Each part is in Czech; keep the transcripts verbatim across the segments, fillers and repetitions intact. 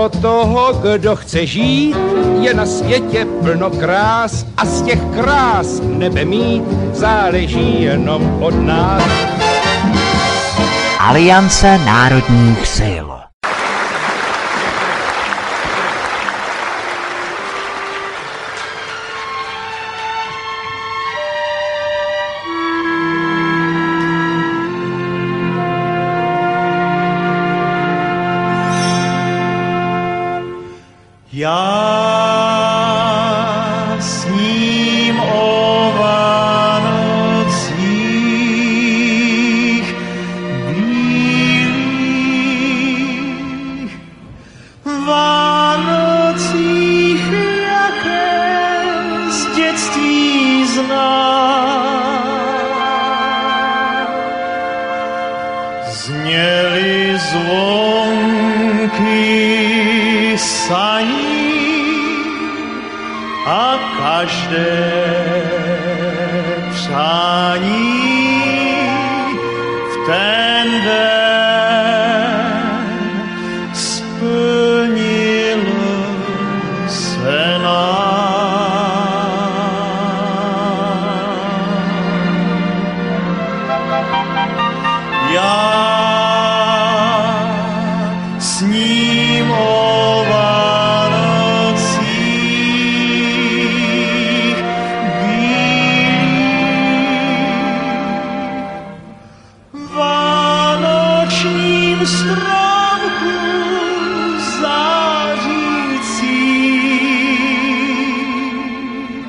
pro toho, kdo chce žít, je na světě plno krás a z těch krás nebe mít záleží jenom od nás. Aliance národních sil. Já sním o Vánocích bílých, Vánocích, jaké z dětství znám. Zněly zvonky saní a každé přání v ten den splnilo se nám. Já sním o Vánocích bílých, vánočním stromku zářících,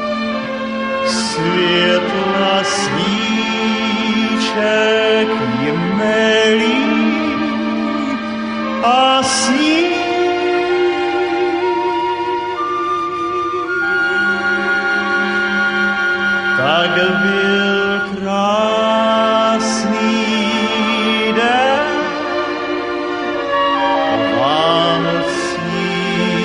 světla svíček jmelí a sní. Tak byl krásný den o Vánocích.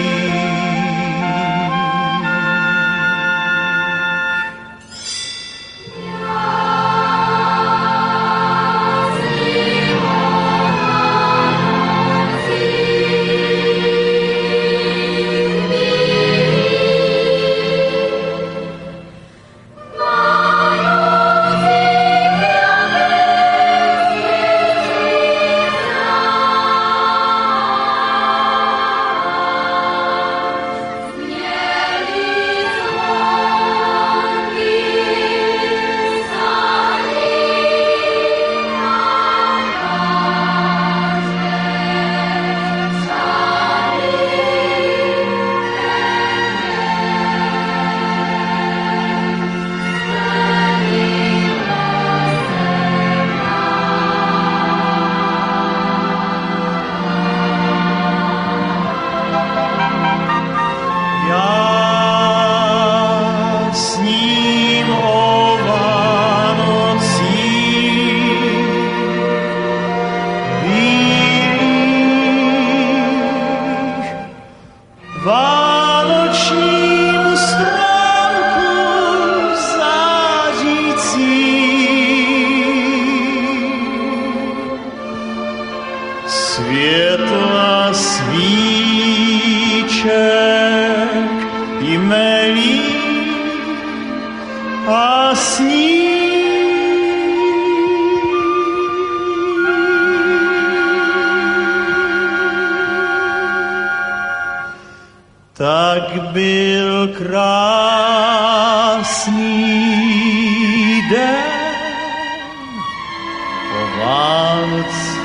Vánočním stromku zářících, světla svíček jmelí a sní. Tak byl krásný den o Vánocích.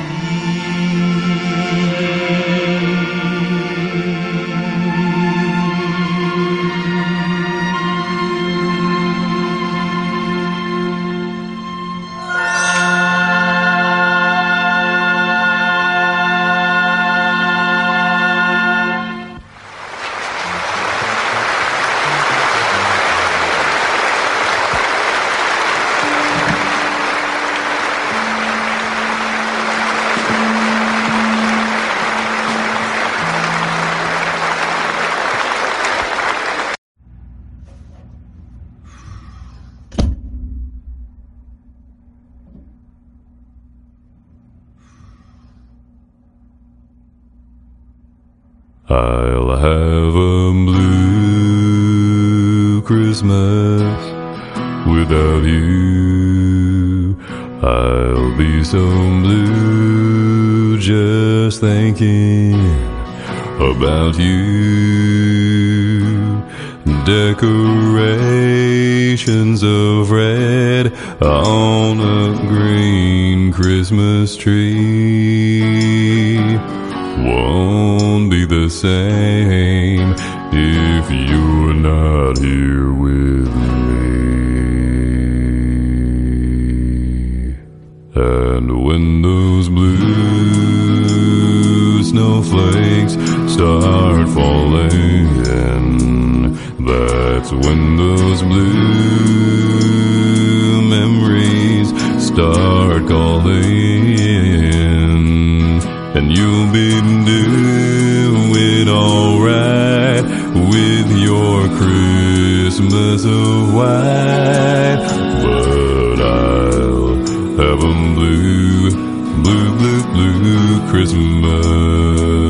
blue Christmas without you. I'll be so blue just thinking about you. Decorations of red on a green Christmas tree won't be the same if you're not here with me. And when those blue snowflakes start falling, that's when those blue memories start calling, and you'll be doing alright with your Christmas of white. But I'll have a blue, blue, blue, blue Christmas.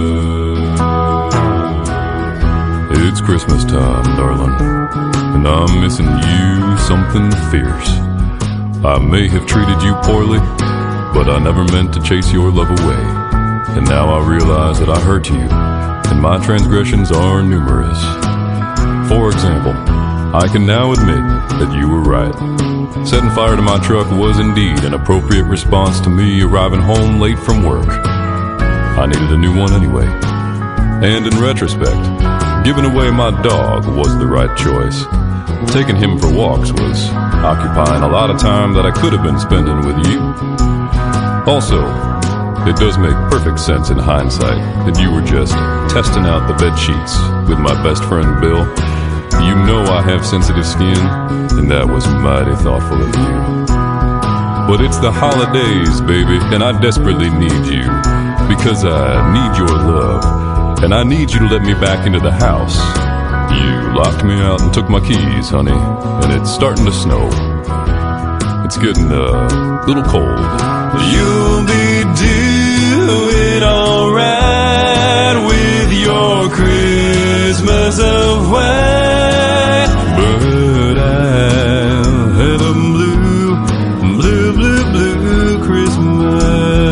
It's Christmas time, darling, and I'm missing you something fierce. I may have treated you poorly, but I never meant to chase your love away. And now I realize that I hurt you, and my transgressions are numerous. For example, I can now admit that you were right. Setting fire to my truck was indeed an appropriate response to me arriving home late from work. I needed a new one anyway. And in retrospect, giving away my dog was the right choice. Taking him for walks was occupying a lot of time that I could have been spending with you. Also, it does make perfect sense in hindsight that you were just testing out the bed sheets with my best friend Bill. You know I have sensitive skin, and that was mighty thoughtful of you. But it's the holidays, baby, and I desperately need you, because I need your love. And I need you to let me back into the house. You locked me out and took my keys, honey, and it's starting to snow. It's getting a little cold. You'll be doing alright with your Christmas of white, but I'll have a blue, blue, blue, blue Christmas.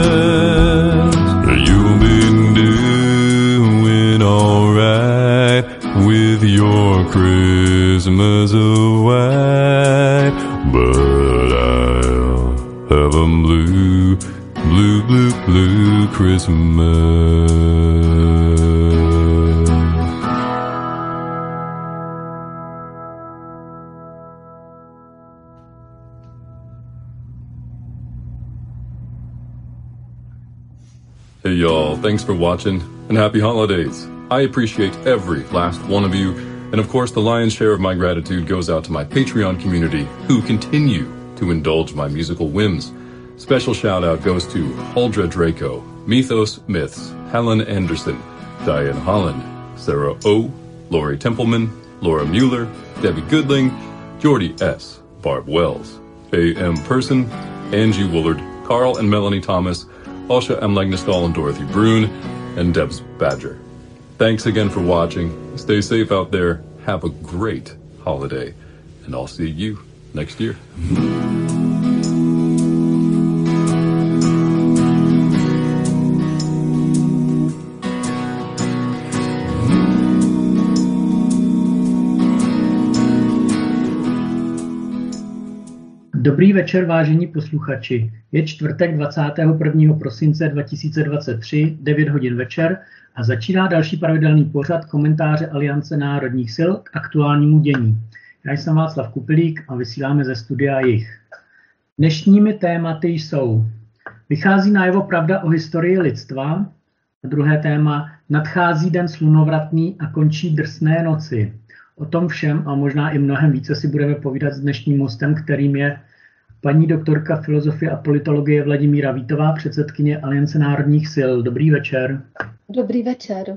You'll be alright with your Christmas of white, but I'll have a blue, blue, blue, blue Christmas. Hey y'all, thanks for watching, and happy holidays. I appreciate every last one of you, and of course the lion's share of my gratitude goes out to my Patreon community who continue to indulge my musical whims. Special shout out goes to Huldra Draco, Mythos Myths, Helen Anderson, Diane Holland, Sarah O, Lori Templeman, Laura Mueller, Debbie Goodling, Jordy S, Barb Wells, A M Person, Angie Woolard, Carl and Melanie Thomas, Alsha M. Legnestal and Dorothy Brune, and Debs Badger. Thanks again for watching. Stay safe out there. Have a great holiday. And I'll see you next year. Dobrý večer, vážení posluchači. Je čtvrtek dvacátého prvního prosince dva tisíce dvacet tři, devět hodin večer a začíná další pravidelný pořad komentáře Aliance národních sil k aktuálnímu dění. Já jsem Václav Kupilík a vysíláme ze studia Jih. Dnešními tématy jsou: vychází najevo pravda o historii lidstva, a druhé téma: nadchází den slunovratný a končí drsné noci. O tom všem a možná i mnohem více si budeme povídat s dnešním hostem, kterým je paní doktorka filozofie a politologie Vladimíra Vítová, předsedkyně Aliance národních sil. Dobrý večer. Dobrý večer.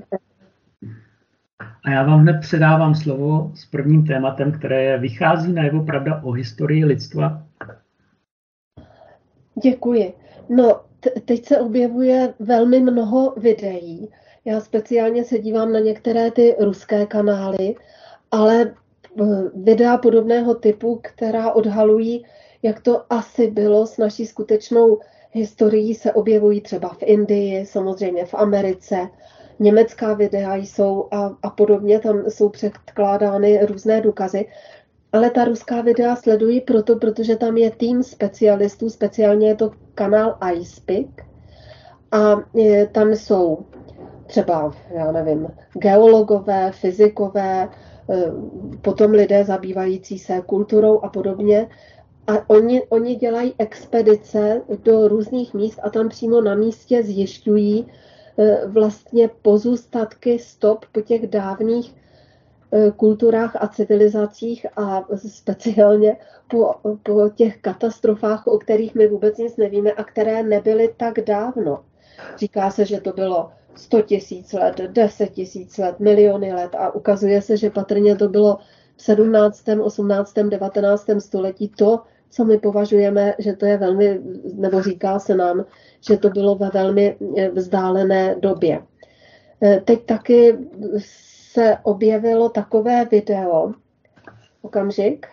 A já vám hned předávám slovo s prvním tématem, které je: vychází najevo pravda o historii lidstva. Děkuji. No, teď se objevuje velmi mnoho videí. Já speciálně se dívám na některé ty ruské kanály, ale videa podobného typu, která odhalují, jak to asi bylo s naší skutečnou historií, se objevují třeba v Indii, samozřejmě v Americe. Německá videa jsou a, a podobně, tam jsou předkládány různé důkazy. Ale ta ruská videa sledují proto, protože tam je tým specialistů, speciálně je to kanál iSpeak. A je, tam jsou třeba, já nevím, geologové, fyzikové, potom lidé zabývající se kulturou a podobně. A oni, oni dělají expedice do různých míst a tam přímo na místě zjišťují vlastně pozůstatky stop po těch dávných kulturách a civilizacích a speciálně po, po těch katastrofách, o kterých my vůbec nic nevíme a které nebyly tak dávno. Říká se, že to bylo sto tisíc let, deset tisíc let, miliony let a ukazuje se, že patrně to bylo v sedmnáctém, osmnáctém, devatenáctém století to, co my považujeme, že to je velmi, nebo říká se nám, že to bylo ve velmi vzdálené době. Teď taky se objevilo takové video. Okamžik.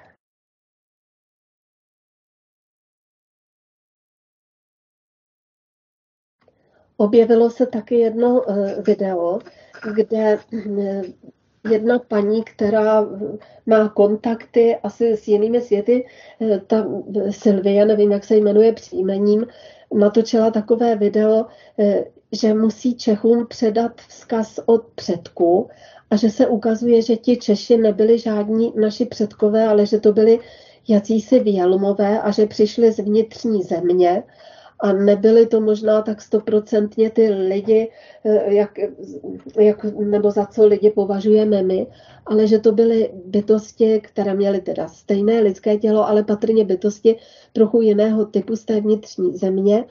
Objevilo se taky jedno video, kde jedna paní, která má kontakty asi s jinými světy, ta Sylvie, nevím, jak se jmenuje příjmením, natočila takové video, že musí Čechům předat vzkaz od předků a že se ukazuje, že ti Češi nebyli žádní naši předkové, ale že to byli jacísi vělmové a že přišli z vnitřní země a nebyli to možná tak stoprocentně ty lidi, jak, jak, nebo za co lidi považujeme my, ale že to byly bytosti, které měly teda stejné lidské tělo, ale patrně bytosti trochu jiného typu z té vnitřní země.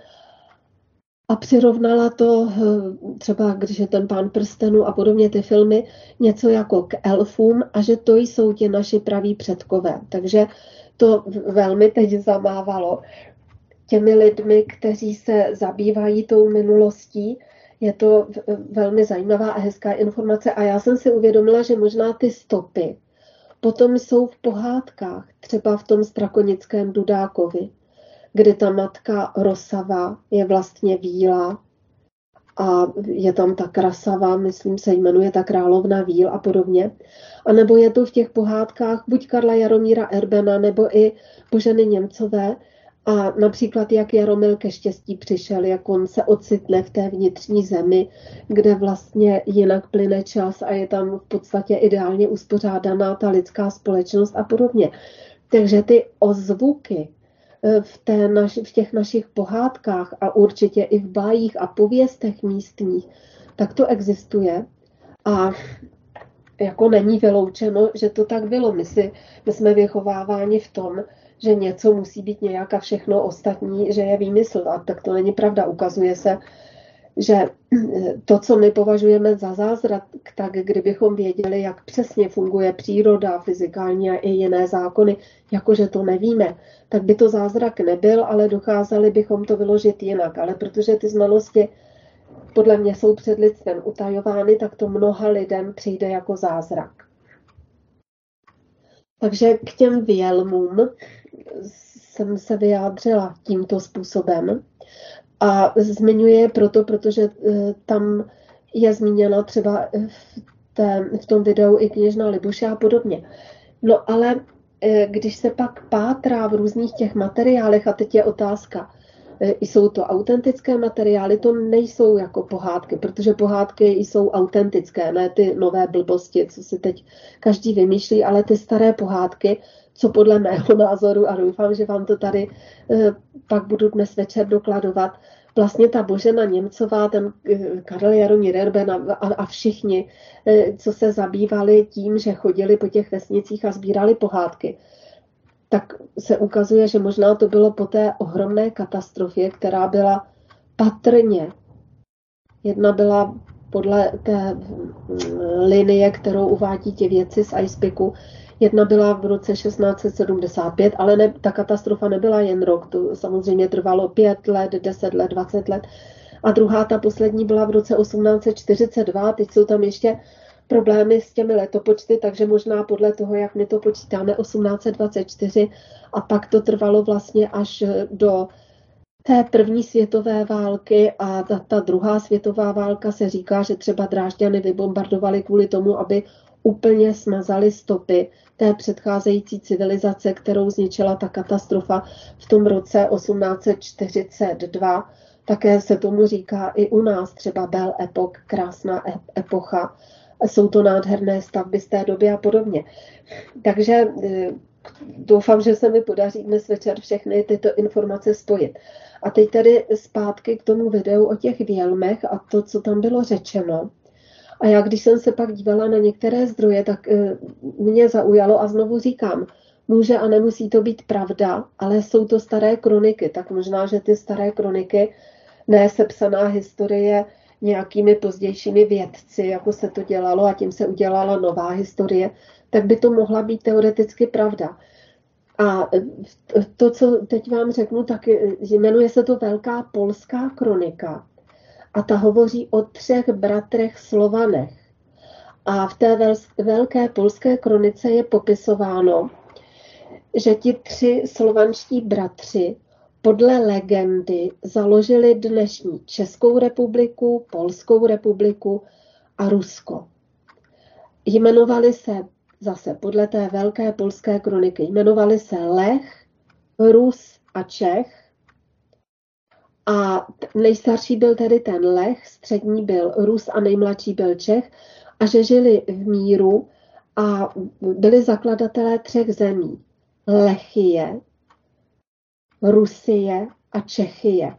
A přirovnala to třeba, když je ten Pán prstenů a podobně ty filmy, něco jako k elfům a že to jsou ti naši praví předkové. Takže to velmi teď zamávalo těmi lidmi, kteří se zabývají tou minulostí. Je to velmi zajímavá a hezká informace a já jsem si uvědomila, že možná ty stopy potom jsou v pohádkách, třeba v tom Strakonickém Dudákovi, kdy ta matka Rosava je vlastně víla a je tam ta krasava, myslím se jmenuje ta královna víl a podobně. A nebo je to v těch pohádkách buď Karla Jaromíra Erbena nebo i Boženy Němcové a například jak Jaromil ke štěstí přišel, jak on se ocitne v té vnitřní zemi, kde vlastně jinak plyne čas a je tam v podstatě ideálně uspořádaná ta lidská společnost a podobně. Takže ty ozvuky v, té naš, v těch našich pohádkách a určitě i v bájích a pověstech místních, tak to existuje a jako není vyloučeno, že to tak bylo. My, si, my jsme vychováváni v tom, že něco musí být nějak a všechno ostatní, že je výmysl. A tak to není pravda. Ukazuje se, že to, co my považujeme za zázrak, tak kdybychom věděli, jak přesně funguje příroda, fyzikální a i jiné zákony, jakože to nevíme, tak by to zázrak nebyl, ale dokázali bychom to vyložit jinak. Ale protože ty znalosti podle mě jsou před lidstvem utajovány, tak to mnoha lidem přijde jako zázrak. Takže k těm vělmům jsem se vyjádřila tímto způsobem. A zmiňuje je proto, protože tam je zmíněna třeba v, té, v tom videu i kněžna Libuše a podobně. No ale když se pak pátrá v různých těch materiálech, a teď je otázka, jsou to autentické materiály, to nejsou jako pohádky, protože pohádky jsou autentické, ne ty nové blbosti, co si teď každý vymýšlí, ale ty staré pohádky, co podle mého názoru, a doufám, že vám to tady pak budu dnes večer dokladovat, vlastně ta Božena Němcová, ten Karel Jaromír Erben a, a všichni, co se zabývali tím, že chodili po těch vesnicích a sbírali pohádky, tak se ukazuje, že možná to bylo po té ohromné katastrofě, která byla patrně. Jedna byla podle té linie, kterou uvádí ti vědci z iSpeaku, Jedna byla v roce šestnáct set sedmdesát pět, ale ne, ta katastrofa nebyla jen rok, to samozřejmě trvalo pět let, deset let, dvacet let. A druhá, ta poslední, byla v roce osmnáct set čtyřicet dva, teď jsou tam ještě problémy s těmi letopočty, takže možná podle toho, jak my to počítáme, osmnáct set dvacet čtyři, a pak to trvalo vlastně až do té první světové války, a ta, ta druhá světová válka se říká, že třeba Drážďany vybombardovali kvůli tomu, aby úplně smazali stopy té předcházející civilizace, kterou zničila ta katastrofa v tom roce osmnáct set čtyřicet dva. Také se tomu říká i u nás třeba Belle Époque, krásná epocha. Jsou to nádherné stavby z té doby a podobně. Takže doufám, že se mi podaří dnes večer všechny tyto informace spojit. A teď tedy zpátky k tomu videu o těch vělmech a to, co tam bylo řečeno. A já, když jsem se pak dívala na některé zdroje, tak mě zaujalo, a znovu říkám, může a nemusí to být pravda, ale jsou to staré kroniky, tak možná, že ty staré kroniky, ne sepsaná historie nějakými pozdějšími vědci, jako se to dělalo, a tím se udělala nová historie, tak by to mohla být teoreticky pravda. A to, co teď vám řeknu, tak jmenuje se to Velká polská kronika. A ta hovoří o třech bratrech Slovanech. A v té Velké polské kronice je popisováno, že ti tři slovanští bratři podle legendy založili dnešní Českou republiku, Polskou republiku a Rusko. Jmenovali se zase podle té Velké polské kroniky, jmenovali se Lech, Rus a Čech. A nejstarší byl tedy ten Lech, střední byl Rus a nejmladší byl Čech, a že žili v míru a byli zakladatelé třech zemí. Lechie, Rusie a Čechie.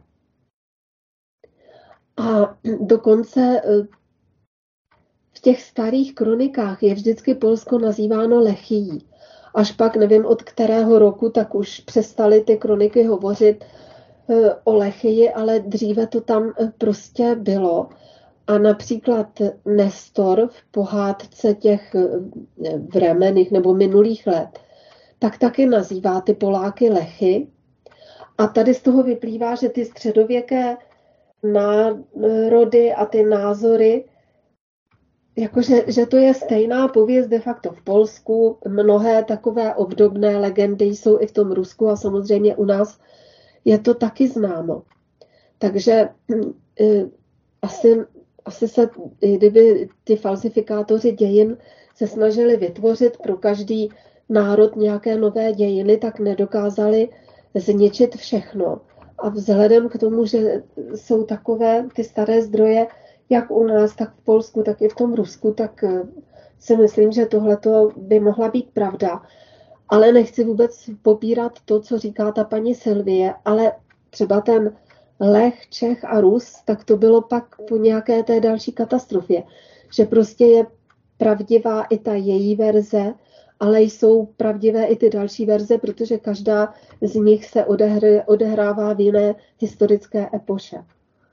A dokonce v těch starých kronikách je vždycky Polsko nazýváno Lechií. Až pak, nevím od kterého roku, tak už přestali ty kroniky hovořit o Lechii, ale dříve to tam prostě bylo. A například Nestor v pohádce těch vremenných nebo minulých let, tak taky nazývá ty Poláky Lechy. A tady z toho vyplývá, že ty středověké národy a ty názory, jakože že to je stejná pověst de facto v Polsku, mnohé takové obdobné legendy jsou i v tom Rusku a samozřejmě u nás je to taky známo. Takže asi, asi se, kdyby ty falsifikátoři dějin se snažili vytvořit pro každý národ nějaké nové dějiny, tak nedokázali zničit všechno. A vzhledem k tomu, že jsou takové ty staré zdroje, jak u nás, tak v Polsku, tak i v tom Rusku, tak si myslím, že tohleto by mohla být pravda. Ale nechci vůbec popírat to, co říká ta paní Sylvie, ale třeba ten Lech, Čech a Rus, tak to bylo pak po nějaké té další katastrofě. Že prostě je pravdivá i ta její verze, ale jsou pravdivé i ty další verze, protože každá z nich se odehr- odehrává v jiné historické epoše.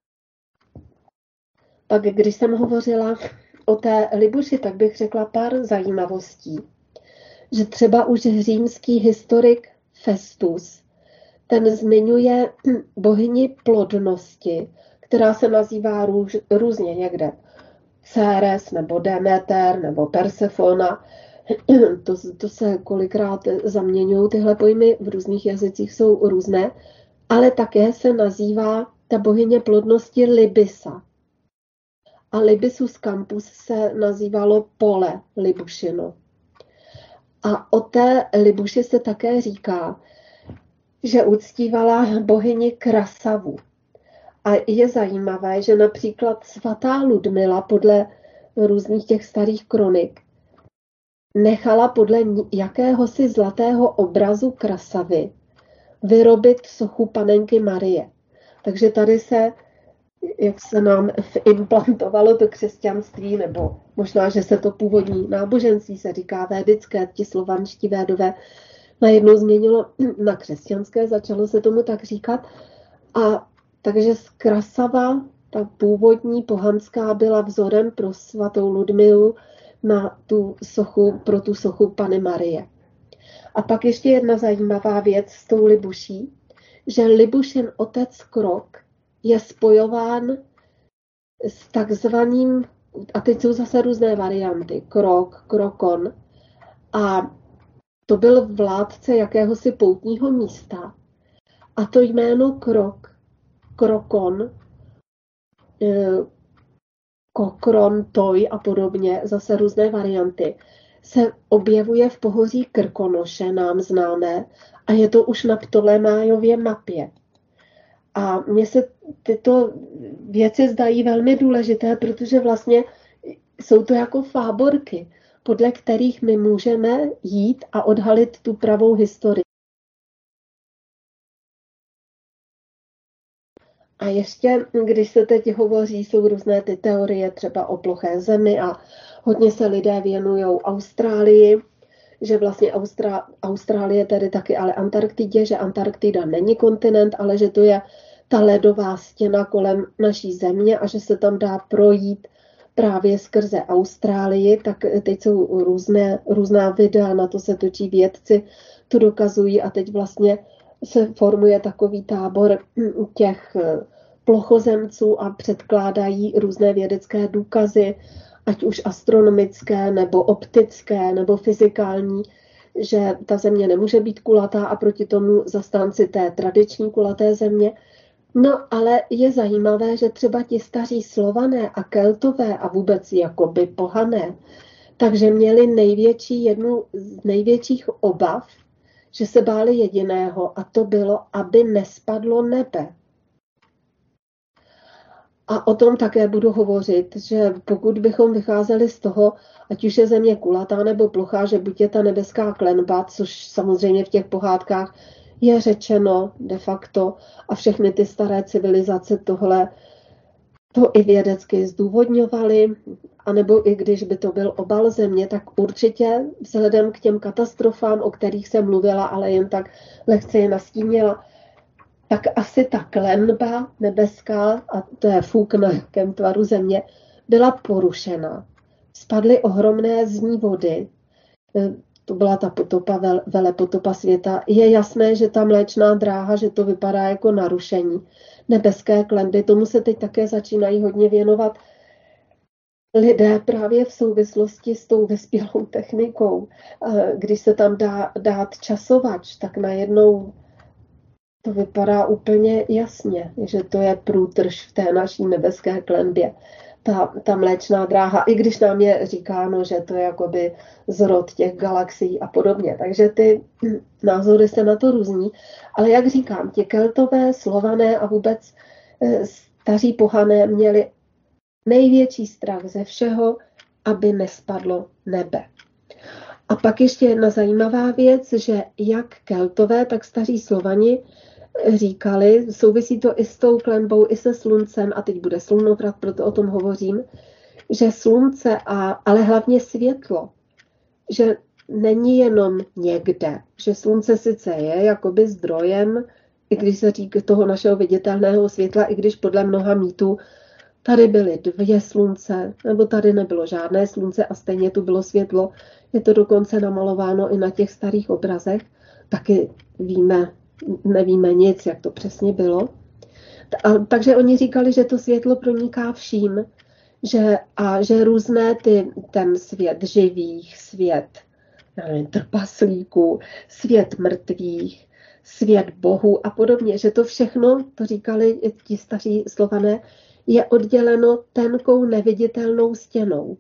Pak když jsem hovořila o té Libuši, tak bych řekla pár zajímavostí. Že třeba už římský historik Festus, ten zmiňuje bohyni plodnosti, která se nazývá růž, různě někde Ceres, nebo Demeter, nebo Persefona. To, to se kolikrát zaměňují, tyhle pojmy v různých jazycích jsou různé, ale také se nazývá ta bohyně plodnosti Libisa. A Libisus campus se nazývalo pole Libušino. A o té Libuši se také říká, že uctívala bohyni Krasavu. A je zajímavé, že například svatá Ludmila podle různých těch starých kronik nechala podle jakéhosi zlatého obrazu Krasavy vyrobit sochu panenky Marie. Takže tady se, jak se nám implantovalo to křesťanství, nebo možná, že se to původní náboženství, se říká védické, ti slovanští védové, najednou změnilo na křesťanské, začalo se tomu tak říkat. A takže Krasava, ta původní pohanská, byla vzorem pro svatou Ludmilu, na tu sochu, pro tu sochu Panny Marie. A pak ještě jedna zajímavá věc s tou Libuší, že Libušin otec Krok je spojován s takzvaným, a teď jsou zase různé varianty, Krok, Krokon, a to byl vládce jakéhosi poutního místa. A to jméno Krok, Krokon, Kokron, Toj a podobně, zase různé varianty, se objevuje v pohoří Krkonoše, nám známé, a je to už na Ptolemájově mapě. A mně se tyto věci zdají velmi důležité, protože vlastně jsou to jako fáborky, podle kterých my můžeme jít a odhalit tu pravou historii. A ještě, když se teď hovoří, jsou různé ty teorie třeba o ploché zemi a hodně se lidé věnují Austrálii, že vlastně Austrá- Austrálie tedy taky, ale Antarktidě, že Antarktida není kontinent, ale že to je ta ledová stěna kolem naší země a že se tam dá projít právě skrze Austrálii, tak teď jsou různé, různá videa, na to se točí vědci, to dokazují a teď vlastně se formuje takový tábor těch plochozemců a předkládají různé vědecké důkazy, ať už astronomické, nebo optické, nebo fyzikální, že ta země nemůže být kulatá a proti tomu zastánci té tradiční kulaté země. No ale je zajímavé, že třeba ti staří Slované a Keltové a vůbec jakoby pohané, takže měli největší, jednu z největších obav, že se báli jediného a to bylo, aby nespadlo nebe. A o tom také budu hovořit, že pokud bychom vycházeli z toho, ať už je země kulatá nebo plochá, že buď je ta nebeská klenba, což samozřejmě v těch pohádkách je řečeno de facto a všechny ty staré civilizace tohle to i vědecky zdůvodňovaly, anebo i když by to byl obal země, tak určitě vzhledem k těm katastrofám, o kterých jsem mluvila, ale jen tak lehce je nastínila, tak asi ta klenba nebeská, a to je fuk na jakém tvaru země, byla porušena. Spadly ohromné z ní vody. To byla ta potopa, velepotopa světa. Je jasné, že ta mléčná dráha, že to vypadá jako narušení nebeské klenby. Tomu se teď také začínají hodně věnovat lidé právě v souvislosti s tou vyspělou technikou. Když se tam dá dát časovač, tak najednou to vypadá úplně jasně, že to je průtrž v té naší nebeské klenbě. Ta, ta mléčná dráha, i když nám je říkáno, že to je jakoby zrod těch galaxií a podobně. Takže ty názory se na to různí. Ale jak říkám, ti Keltové, Slované a vůbec staří pohané měli největší strach ze všeho, aby nespadlo nebe. A pak ještě jedna zajímavá věc, že jak Keltové, tak staří Slovani říkali, souvisí to i s tou klenbou, i se sluncem, a teď bude slunovrat, proto o tom hovořím, že slunce, a, ale hlavně světlo, že není jenom někde, že slunce sice je jakoby zdrojem, i když se říká toho našeho viditelného světla, i když podle mnoha mýtů tady byly dvě slunce, nebo tady nebylo žádné slunce a stejně tu bylo světlo. Je to dokonce namalováno i na těch starých obrazech. Taky víme, nevíme nic, jak to přesně bylo. A, takže oni říkali, že to světlo proniká vším, že, a že různé ty, ten svět živých, svět nevím, trpaslíků, svět mrtvých, svět bohů a podobně, že to všechno, to říkali ti staří Slované, je odděleno tenkou neviditelnou stěnou.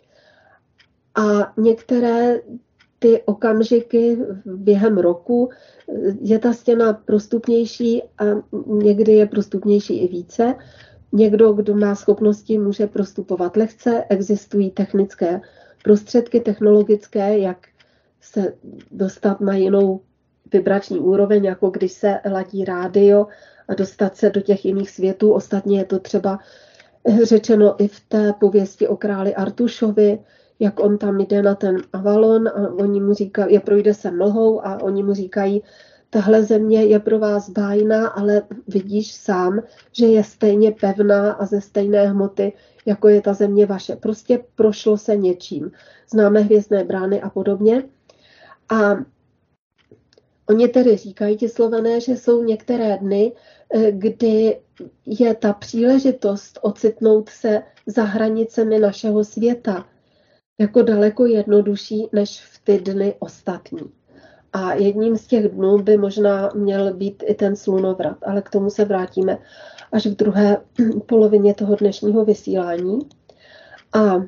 A některé ty okamžiky během roku je ta stěna prostupnější a někdy je prostupnější i více. Někdo, kdo má schopnosti, může prostupovat lehce. Existují technické prostředky technologické, jak se dostat na jinou vibrační úroveň, jako když se ladí rádio a dostat se do těch jiných světů. Ostatně je to třeba řečeno i v té pověsti o králi Artušovi, jak on tam jde na ten Avalon a oni mu říkají, je projde se mlhou a oni mu říkají, tahle země je pro vás bájná, ale vidíš sám, že je stejně pevná a ze stejné hmoty, jako je ta země vaše. Prostě prošlo se něčím. Známe hvězdné brány a podobně. A oni tedy říkají, ti Slované, že jsou některé dny, kdy je ta příležitost ocitnout se za hranicemi našeho světa jako daleko jednodušší než v ty dny ostatní. A jedním z těch dnů by možná měl být i ten slunovrat, ale k tomu se vrátíme až v druhé polovině toho dnešního vysílání. A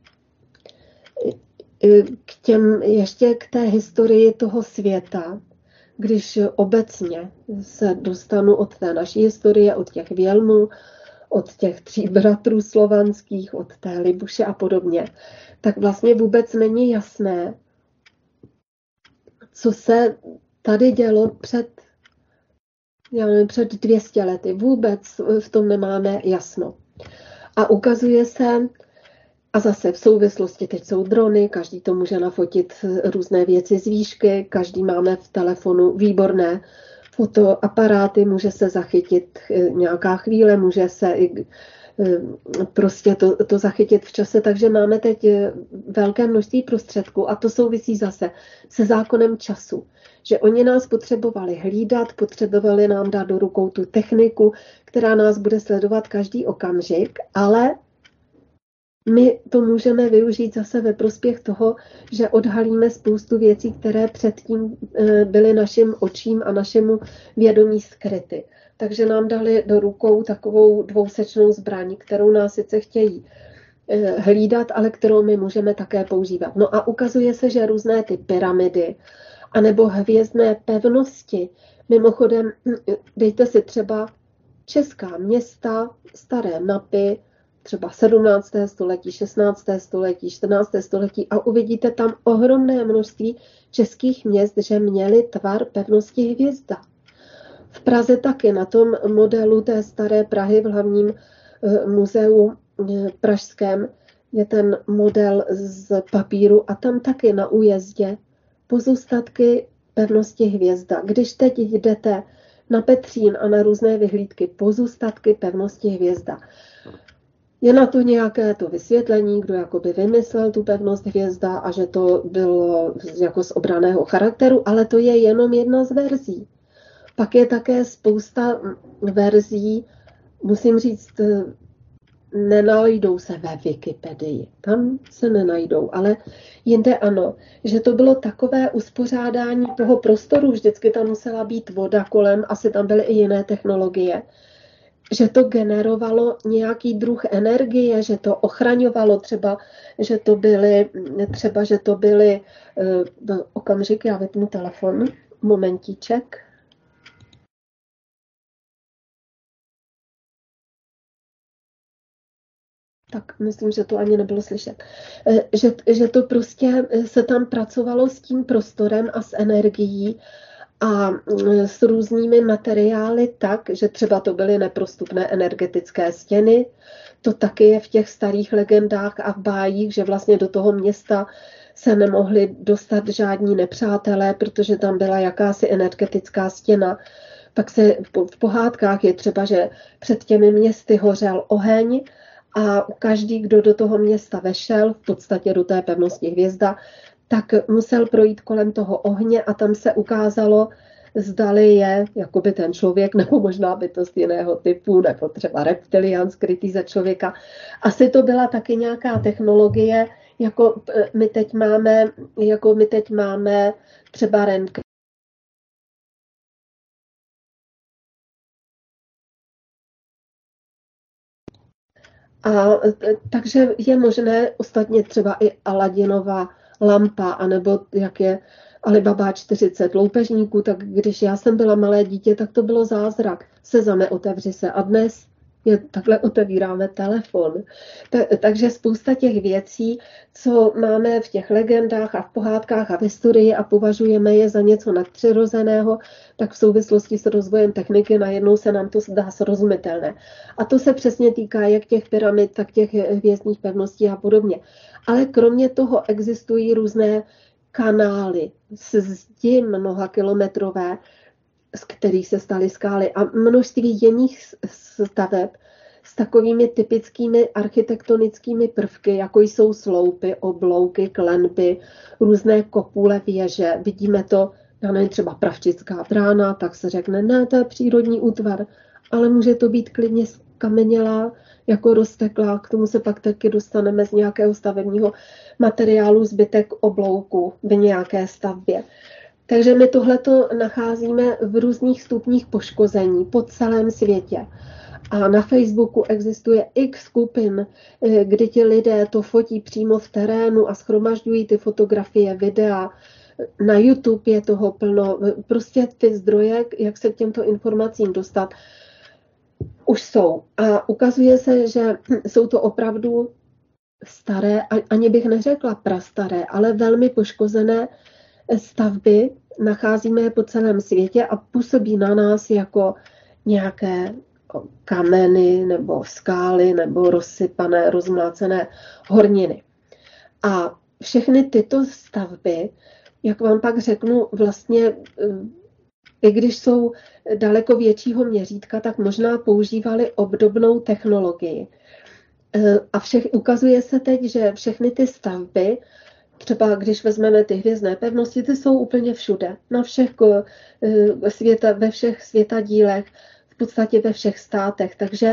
k těm, ještě k té historii toho světa, když obecně se dostanu od té naší historie, od těch vělmů, od těch tří bratrů slovanských, od té Libuše a podobně, tak vlastně vůbec není jasné, co se tady dělo před, já nevím, před dvěma sty lety. Vůbec v tom nemáme jasno. A ukazuje se, a zase v souvislosti, teď jsou drony, každý to může nafotit různé věci z výšky, každý máme v telefonu výborné fotoaparáty, může se zachytit nějaká chvíle, může se i prostě to, to zachytit v čase, takže máme teď velké množství prostředků a to souvisí zase se zákonem času, že oni nás potřebovali hlídat, potřebovali nám dát do rukou tu techniku, která nás bude sledovat každý okamžik, ale my to můžeme využít zase ve prospěch toho, že odhalíme spoustu věcí, které předtím byly našim očím a našemu vědomí skryty. Takže nám dali do rukou takovou dvousečnou zbraň, kterou nás sice chtějí hlídat, ale kterou my můžeme také používat. No a ukazuje se, že různé ty pyramidy anebo hvězdné pevnosti, mimochodem dejte si třeba česká města, staré mapy, třeba sedmnácté století, šestnácté století, čtrnácté století a uvidíte tam ohromné množství českých měst, že měly tvar pevnosti hvězda. V Praze taky na tom modelu té staré Prahy v hlavním muzeu pražském je ten model z papíru a tam taky na újezdě pozůstatky pevnosti hvězda. Když teď jdete na Petřín a na různé vyhlídky, pozůstatky pevnosti hvězda. Je na to nějaké to vysvětlení, kdo jakoby vymyslel tu pevnost hvězda a že to bylo jako z obranného charakteru, ale to je jenom jedna z verzí. Pak je také spousta verzí, musím říct, nenajdou se ve Wikipedii. Tam se nenajdou, ale jinde ano, že to bylo takové uspořádání toho prostoru, vždycky tam musela být voda kolem, asi tam byly i jiné technologie, že to generovalo nějaký druh energie, že to ochraňovalo třeba, že to byly, třeba, že to byly, uh, okamžik, já vypnu telefon, momentíček. Tak, myslím, že to ani nebylo slyšet. Že, že to prostě se tam pracovalo s tím prostorem a s energií a s různými materiály tak, že třeba to byly neprostupné energetické stěny. To taky je v těch starých legendách a v bájích, že vlastně do toho města se nemohli dostat žádní nepřátelé, protože tam byla jakási energetická stěna. Pak se v pohádkách je třeba, že před těmi městy hořel oheň a každý, kdo do toho města vešel, v podstatě do té pevnosti hvězda, tak musel projít kolem toho ohně a tam se ukázalo, zdali je jakoby ten člověk, nebo možná bytost jiného typu, nebo třeba reptilián skrytý za člověka. Asi to byla taky nějaká technologie, jako my teď máme, jako my teď máme třeba rentgen. A takže je možné ostatně třeba i Aladinova lampa, anebo jak je Alibaba čtyřicet loupežníků, tak když já jsem byla malé dítě, tak to bylo zázrak. Sezame, otevři se. A dnes je, takhle otevíráme telefon. Ta, takže spousta těch věcí, co máme v těch legendách a v pohádkách a v historii a považujeme je za něco nadpřirozeného, tak v souvislosti s rozvojem techniky najednou se nám to zdá srozumitelné. A to se přesně týká jak těch pyramid, tak těch hvězdných pevností a podobně. Ale kromě toho existují různé kanály z zdi mnoha kilometrové, z kterých se staly skály, a množství jiných staveb s takovými typickými architektonickými prvky, jako jsou sloupy, oblouky, klenby, různé kopule, věže. Vidíme to, já nevím, třeba Pravčická brána, tak se řekne, ne, to je přírodní útvar, ale může to být klidně skamenělá, jako rozteklá, k tomu se pak taky dostaneme z nějakého stavebního materiálu, zbytek oblouku v nějaké stavbě. Takže my tohleto nacházíme v různých stupních poškození po celém světě. A na Facebooku existuje x skupin, kdy ti lidé to fotí přímo v terénu a shromažďují ty fotografie, videa. Na YouTube je toho plno. Prostě ty zdroje, jak se k těmto informacím dostat, už jsou. A ukazuje se, že jsou to opravdu staré, ani bych neřekla prastaré, ale velmi poškozené stavby. Nacházíme je po celém světě a působí na nás jako nějaké kameny nebo skály nebo rozsypané, rozmlácené horniny. A všechny tyto stavby, jak vám pak řeknu, vlastně, i když jsou daleko většího měřítka, tak možná používali obdobnou technologii. A všech, ukazuje se teď, že všechny ty stavby, třeba když vezmeme ty hvězdné pevnosti, ty jsou úplně všude, na všech světa, ve všech světadílech, v podstatě ve všech státech. Takže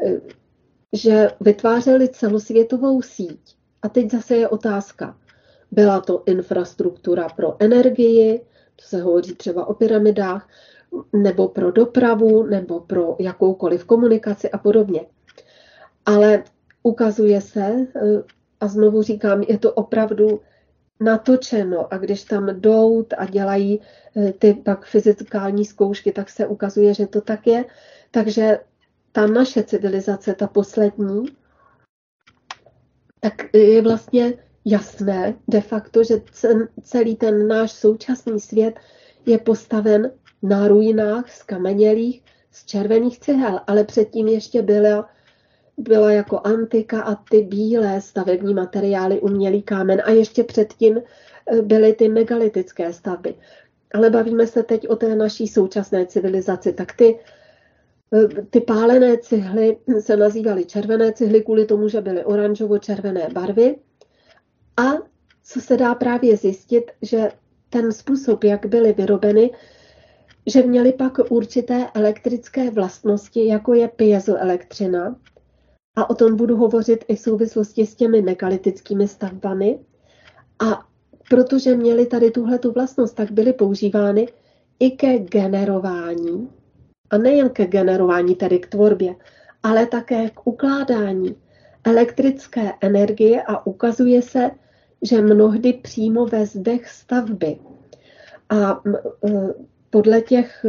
že vytvářeli celosvětovou síť. A teď zase je otázka. Byla to infrastruktura pro energii, to se hovoří třeba o pyramidách, nebo pro dopravu, nebo pro jakoukoliv komunikaci a podobně. Ale ukazuje se, a znovu říkám, je to opravdu natočeno, a když tam jdou a dělají ty pak fyzikální zkoušky, tak se ukazuje, že to tak je. Takže ta naše civilizace, ta poslední, tak je vlastně jasné de facto, že celý ten náš současný svět je postaven na ruinách zkamenělých z červených cihel, ale předtím ještě byla, byla jako antika a ty bílé stavební materiály, umělý kámen, a ještě předtím byly ty megalitické stavby. Ale bavíme se teď o té naší současné civilizaci, tak ty Ty pálené cihly se nazývaly červené cihly kvůli tomu, že byly oranžovo-červené barvy. A co se dá právě zjistit, že ten způsob, jak byly vyrobeny, že měly pak určité elektrické vlastnosti, jako je piezoelektřina. A o tom budu hovořit i v souvislosti s těmi megalitickými stavbami. A protože měly tady tuhletu vlastnost, tak byly používány i ke generování. A nejen ke generování, tedy k tvorbě, ale také k ukládání elektrické energie, a ukazuje se, že mnohdy přímo ve zdech stavby. A podle těch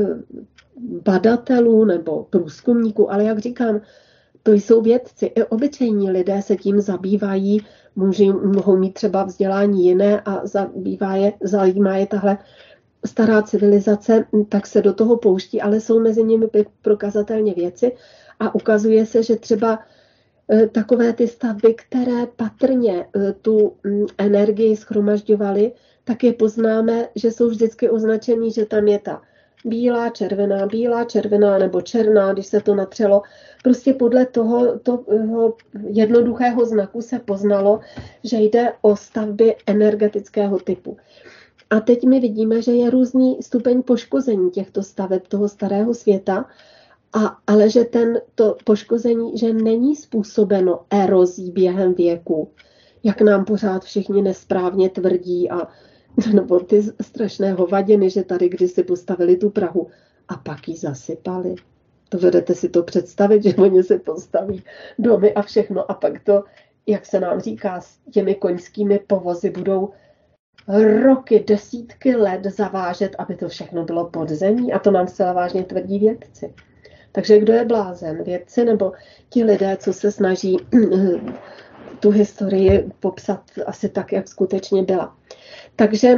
badatelů nebo průzkumníků, ale jak říkám, to jsou vědci, i obyčejní lidé se tím zabývají, můžou, mohou mít třeba vzdělání jiné a zabývá je, zajímá je tahle stará civilizace, tak se do toho pouští, ale jsou mezi nimi prokazatelně věci a ukazuje se, že třeba takové ty stavby, které patrně tu energii shromažďovaly, tak je poznáme, že jsou vždycky označený, že tam je ta bílá, červená, bílá, červená nebo černá, když se to natřelo. Prostě podle toho, toho jednoduchého znaku se poznalo, že jde o stavby energetického typu. A teď my vidíme, že je různý stupeň poškození těchto staveb toho starého světa, a, ale že ten, to poškození, že není způsobeno erozí během věku, jak nám pořád všichni nesprávně tvrdí, a nebo ty strašné hovadiny, že tady kdysi postavili tu Prahu a pak ji zasypali. To vedete si to představit, že oni si postaví domy a všechno a pak to, jak se nám říká, s těmi koňskými povozy budou roky, desítky let zavážet, aby to všechno bylo pod zemí, a to nám zcela vážně tvrdí vědci. Takže kdo je blázen? Vědci nebo ti lidé, co se snaží tu historii popsat asi tak, jak skutečně byla. Takže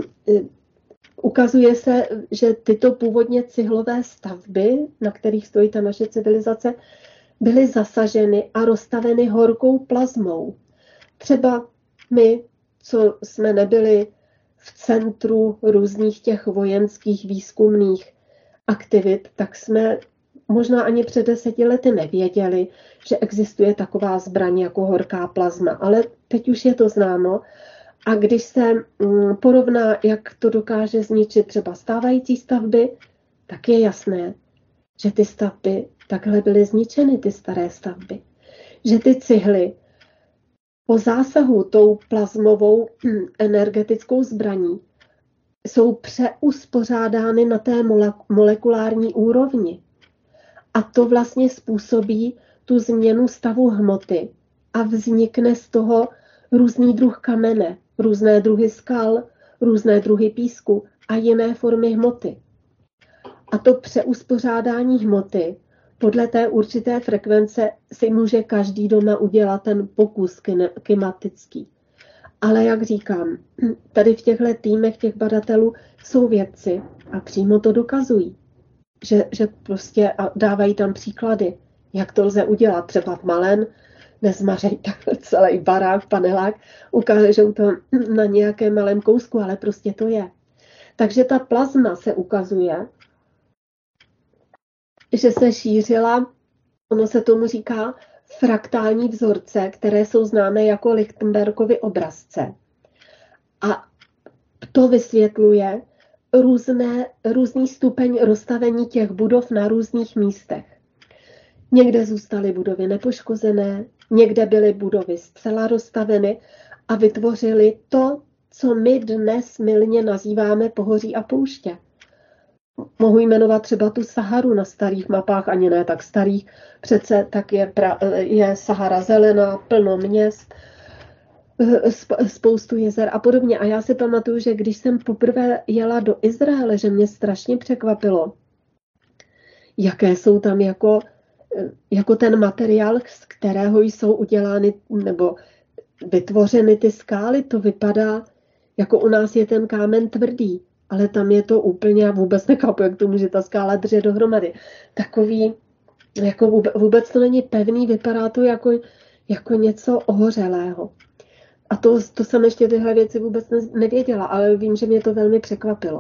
ukazuje se, že tyto původně cihlové stavby, na kterých stojí ta naše civilizace, byly zasaženy a rozstaveny horkou plazmou. Třeba my, co jsme nebyli v centru různých těch vojenských výzkumných aktivit, tak jsme možná ani před deseti lety nevěděli, že existuje taková zbraň jako horká plazma, ale teď už je to známo. A když se porovná, jak to dokáže zničit třeba stávající stavby, tak je jasné, že ty stavby takhle byly zničeny, ty staré stavby. Že ty cihly po zásahu tou plazmovou energetickou zbraní jsou přeuspořádány na té molekulární úrovni. A to vlastně způsobí tu změnu stavu hmoty a vznikne z toho různý druh kamene, různé druhy skal, různé druhy písku a jiné formy hmoty. A to přeuspořádání hmoty podle té určité frekvence si může každý doma udělat ten pokus kymatický. Ale jak říkám, tady v těchto týmech těch badatelů jsou vědci a přímo to dokazují. Že, že prostě dávají tam příklady, jak to lze udělat. Třeba v malém nezmařejí takhle celý barák, panelák, ukážou to na nějakém malém kousku, ale prostě to je. Takže ta plazma se ukazuje, že se šířila, ono se tomu říká fraktální vzorce, které jsou známé jako Lichtenbergovy obrazce. A to vysvětluje různé, různý stupeň rozstavení těch budov na různých místech. Někde zůstaly budovy nepoškozené, někde byly budovy zcela rozstaveny a vytvořily to, co my dnes mylně nazýváme pohoří a pouště. Mohu jmenovat třeba tu Saharu na starých mapách, ani ne tak starých, přece tak je, pra, je Sahara zelená, plno měst, spoustu jezer a podobně. A já si pamatuju, že když jsem poprvé jela do Izraele, že mě strašně překvapilo, jaké jsou tam jako, jako ten materiál, z kterého jsou udělány nebo vytvořeny ty skály. To vypadá, jako u nás je ten kámen tvrdý, ale tam je to úplně, já vůbec nechápu, jak to může ta skála držet dohromady. Takový, jako vůbec, vůbec to není pevný, vypadá to jako, jako něco ohořelého. A to, to jsem ještě tyhle věci vůbec nevěděla, ale vím, že mě to velmi překvapilo.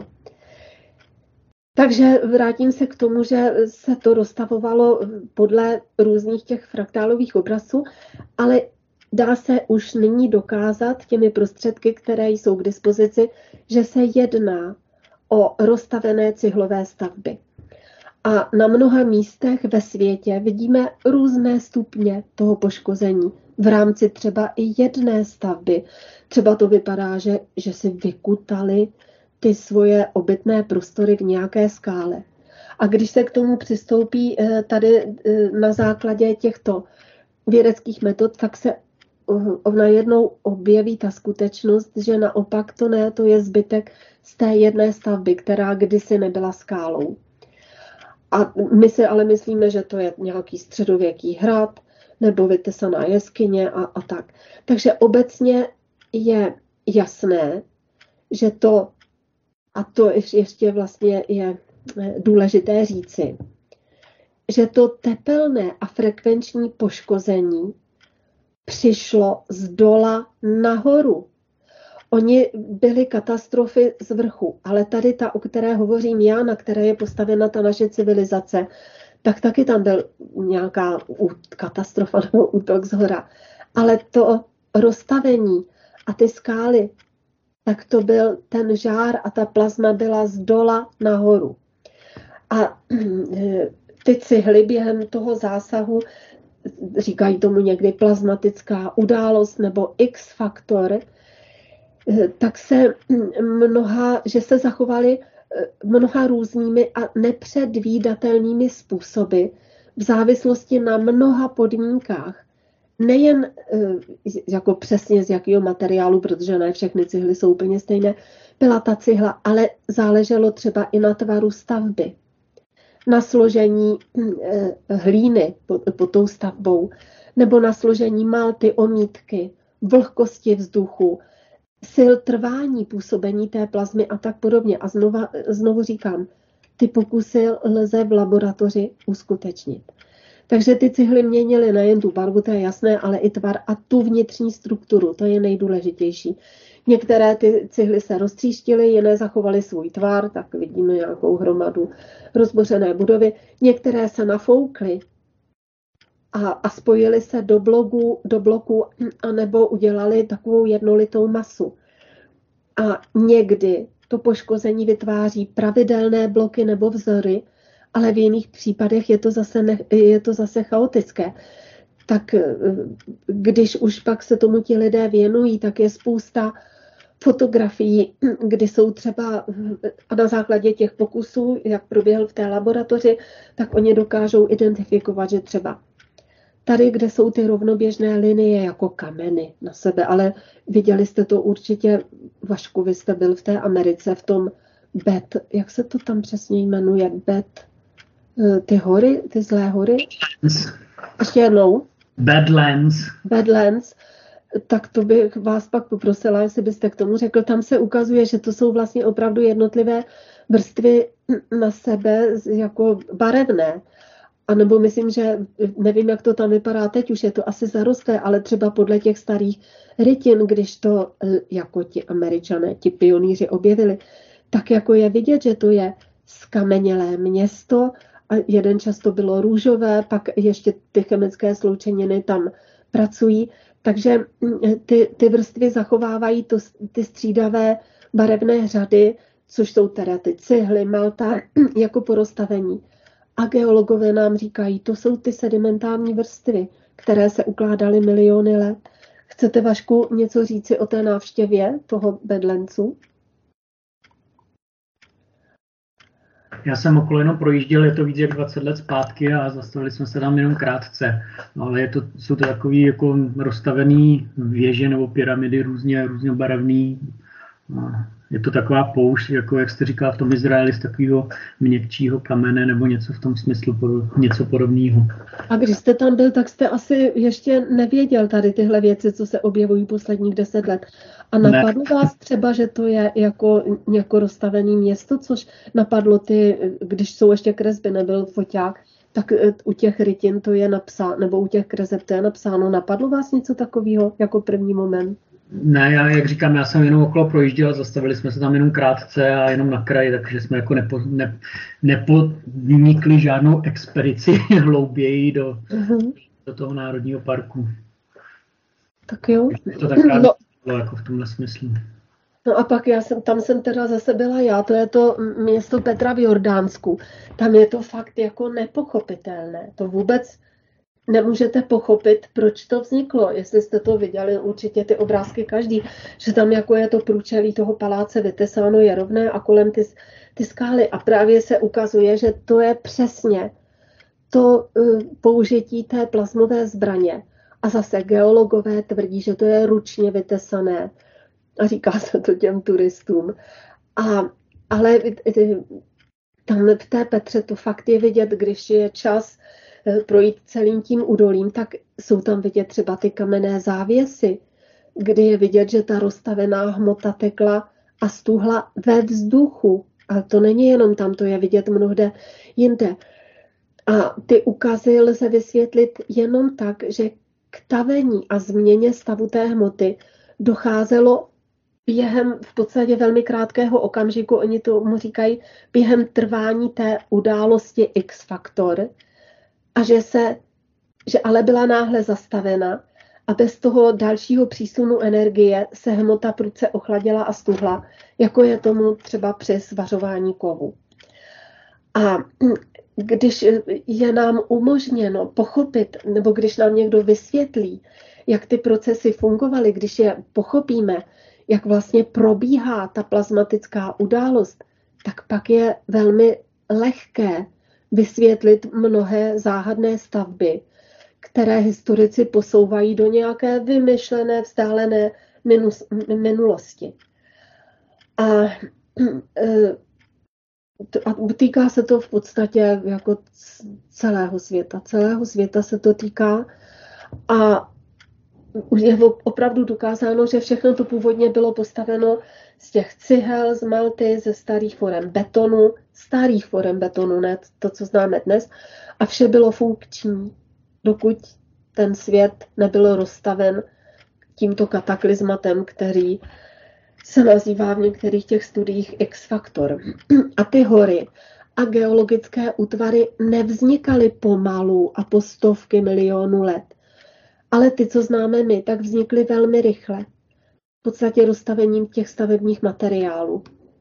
Takže vrátím se k tomu, že se to rozstavovalo podle různých těch fraktálových obrazců, ale dá se už nyní dokázat těmi prostředky, které jsou k dispozici, že se jedná o rozstavené cihlové stavby. A na mnoha místech ve světě vidíme různé stupně toho poškození v rámci třeba i jedné stavby. Třeba to vypadá, že, že si vykutali ty svoje obytné prostory v nějaké skále. A když se k tomu přistoupí tady na základě těchto vědeckých metod, tak se najednou objeví ta skutečnost, že naopak to ne, to je zbytek z té jedné stavby, která kdysi nebyla skálou. A my si ale myslíme, že to je nějaký středověký hrad nebo vytesaná jeskyně a, a tak. Takže obecně je jasné, že to, a to ještě vlastně je důležité říci, že to tepelné a frekvenční poškození přišlo z dola nahoru. Oni byly katastrofy z vrchu, ale tady ta, o které hovořím já, na které je postavena ta naše civilizace, tak taky tam byl nějaká katastrofa nebo útok z hora. Ale to rozstavení a ty skály, tak to byl ten žár a ta plazma byla z dola nahoru. A ty cihly během toho zásahu, říkají tomu někdy plazmatická událost nebo X-faktor, tak se mnoha, že se zachovaly mnoha různými a nepředvídatelnými způsoby v závislosti na mnoha podmínkách. Nejen jako přesně z jakého materiálu, protože ne všechny cihly jsou úplně stejné, byla ta cihla, ale záleželo třeba i na tvaru stavby, na složení hlíny pod tou stavbou, nebo na složení malty, omítky, vlhkosti vzduchu, sil trvání působení té plazmy a tak podobně. A znova, znovu říkám, ty pokusy lze v laboratoři uskutečnit. Takže ty cihly měnily nejen tu barvu, to je jasné, ale i tvar a tu vnitřní strukturu, to je nejdůležitější. Některé ty cihly se roztříštily, jiné zachovaly svůj tvar, tak vidíme nějakou hromadu rozbořené budovy. Některé se nafoukly a, a spojily se do, bloku, do bloku anebo udělali takovou jednolitou masu. A někdy to poškození vytváří pravidelné bloky nebo vzory, ale v jiných případech je to zase, ne, je to zase chaotické. Tak když už pak se tomu ti lidé věnují, tak je spousta fotografií, kdy jsou třeba a na základě těch pokusů, jak proběhl v té laboratoři, tak oni dokážou identifikovat, že třeba tady, kde jsou ty rovnoběžné linie jako kameny na sebe, ale viděli jste to určitě, Vašku, vy jste byl v té Americe, v tom Bed, jak se to tam přesně jmenuje, Bed, ty hory, ty zlé hory? Ještě jednou. Badlands. Badlands. Tak to bych vás pak poprosila, jestli byste k tomu řekl. Tam se ukazuje, že to jsou vlastně opravdu jednotlivé vrstvy na sebe jako barevné. A nebo myslím, že nevím, jak to tam vypadá teď, už je to asi zarostlé, ale třeba podle těch starých rytin, když to jako ti Američané, ti pionýři objevili, tak jako je vidět, že to je skamenělé město a jeden čas to bylo růžové, pak ještě ty chemické sloučeniny tam pracují. Takže ty, ty vrstvy zachovávají to, ty střídavé barevné řady, což jsou teda ty cihly, malta, jako po rozstavení. A geologové nám říkají, to jsou ty sedimentární vrstvy, které se ukládaly miliony let. Chcete, Vašku, něco říci o té návštěvě toho Badlandsu? Já jsem okolo jenom projížděl, je to víc jak dvacet let zpátky a zastavili jsme se tam jenom krátce. No, ale je to, jsou to takový jako rozstavený věže nebo pyramidy různě, různě barevný. Je to taková poušť, jako jak jste říkal v tom Izraeli, z takového měkčího kamene nebo něco v tom smyslu, něco podobného. A když jste tam byl, tak jste asi ještě nevěděl tady tyhle věci, co se objevují posledních deset let. A napadlo ne. vás třeba, že to je jako, jako rozstavené město, což napadlo ty, když jsou ještě kresby, nebyl foťák, tak u těch rytin to je napsáno, nebo u těch kreseb to je napsáno. Napadlo vás něco takového jako první moment? Ne, já, jak říkám, já jsem jenom okolo projížděl, zastavili jsme se tam jenom krátce a jenom na kraji, takže jsme jako nepo, ne, nepodnikli žádnou expedici hlouběji do, uh-huh. do toho národního parku. Tak jo. To tak rád no. bylo jako v tomhle smyslu. No a pak já jsem, tam jsem teda zase byla já, to je to město Petra v Jordánsku. Tam je to fakt jako nepochopitelné. To vůbec nemůžete pochopit, proč to vzniklo. Jestli jste to viděli, určitě ty obrázky každý, že tam jako je to průčelí toho paláce vytesáno, je rovné a kolem ty, ty skály. A právě se ukazuje, že to je přesně to uh, použití té plazmové zbraně. A zase geologové tvrdí, že to je ručně vytesané. A říká se to těm turistům. A, ale tam v té Petře to fakt je vidět, když je čas projít celým tím údolím, tak jsou tam vidět třeba ty kamenné závěsy, kdy je vidět, že ta rozstavená hmota tekla a stuhla ve vzduchu. Ale to není jenom tam, to je vidět mnohde jinde. A ty ukazy lze vysvětlit jenom tak, že k tavení a změně stavu té hmoty docházelo během v podstatě velmi krátkého okamžiku, oni tomu říkají během trvání té události X-faktor, a že se, že ale byla náhle zastavena a bez toho dalšího přísunu energie se hmota prudce ochladila a stuhla, jako je tomu třeba při svařování kovu. A když je nám umožněno pochopit, nebo když nám někdo vysvětlí, jak ty procesy fungovaly, když je pochopíme, jak vlastně probíhá ta plazmatická událost, tak pak je velmi lehké vysvětlit mnohé záhadné stavby, které historici posouvají do nějaké vymyšlené, vzdálené minulosti. A, a týká se to v podstatě jako celého světa. Celého světa se to týká a je opravdu dokázáno, že všechno to původně bylo postaveno z těch cihel, z malty, ze starých forem betonu, starých forem betonu, ne to, co známe dnes, a vše bylo funkční, dokud ten svět nebyl rozstaven tímto kataklizmatem, který se nazývá v některých těch studiích X-faktor. A ty hory a geologické útvary nevznikaly pomalu a po stovky milionů let. Ale ty, co známe my, tak vznikly velmi rychle. V podstatě rozstavením těch stavebních materiálů.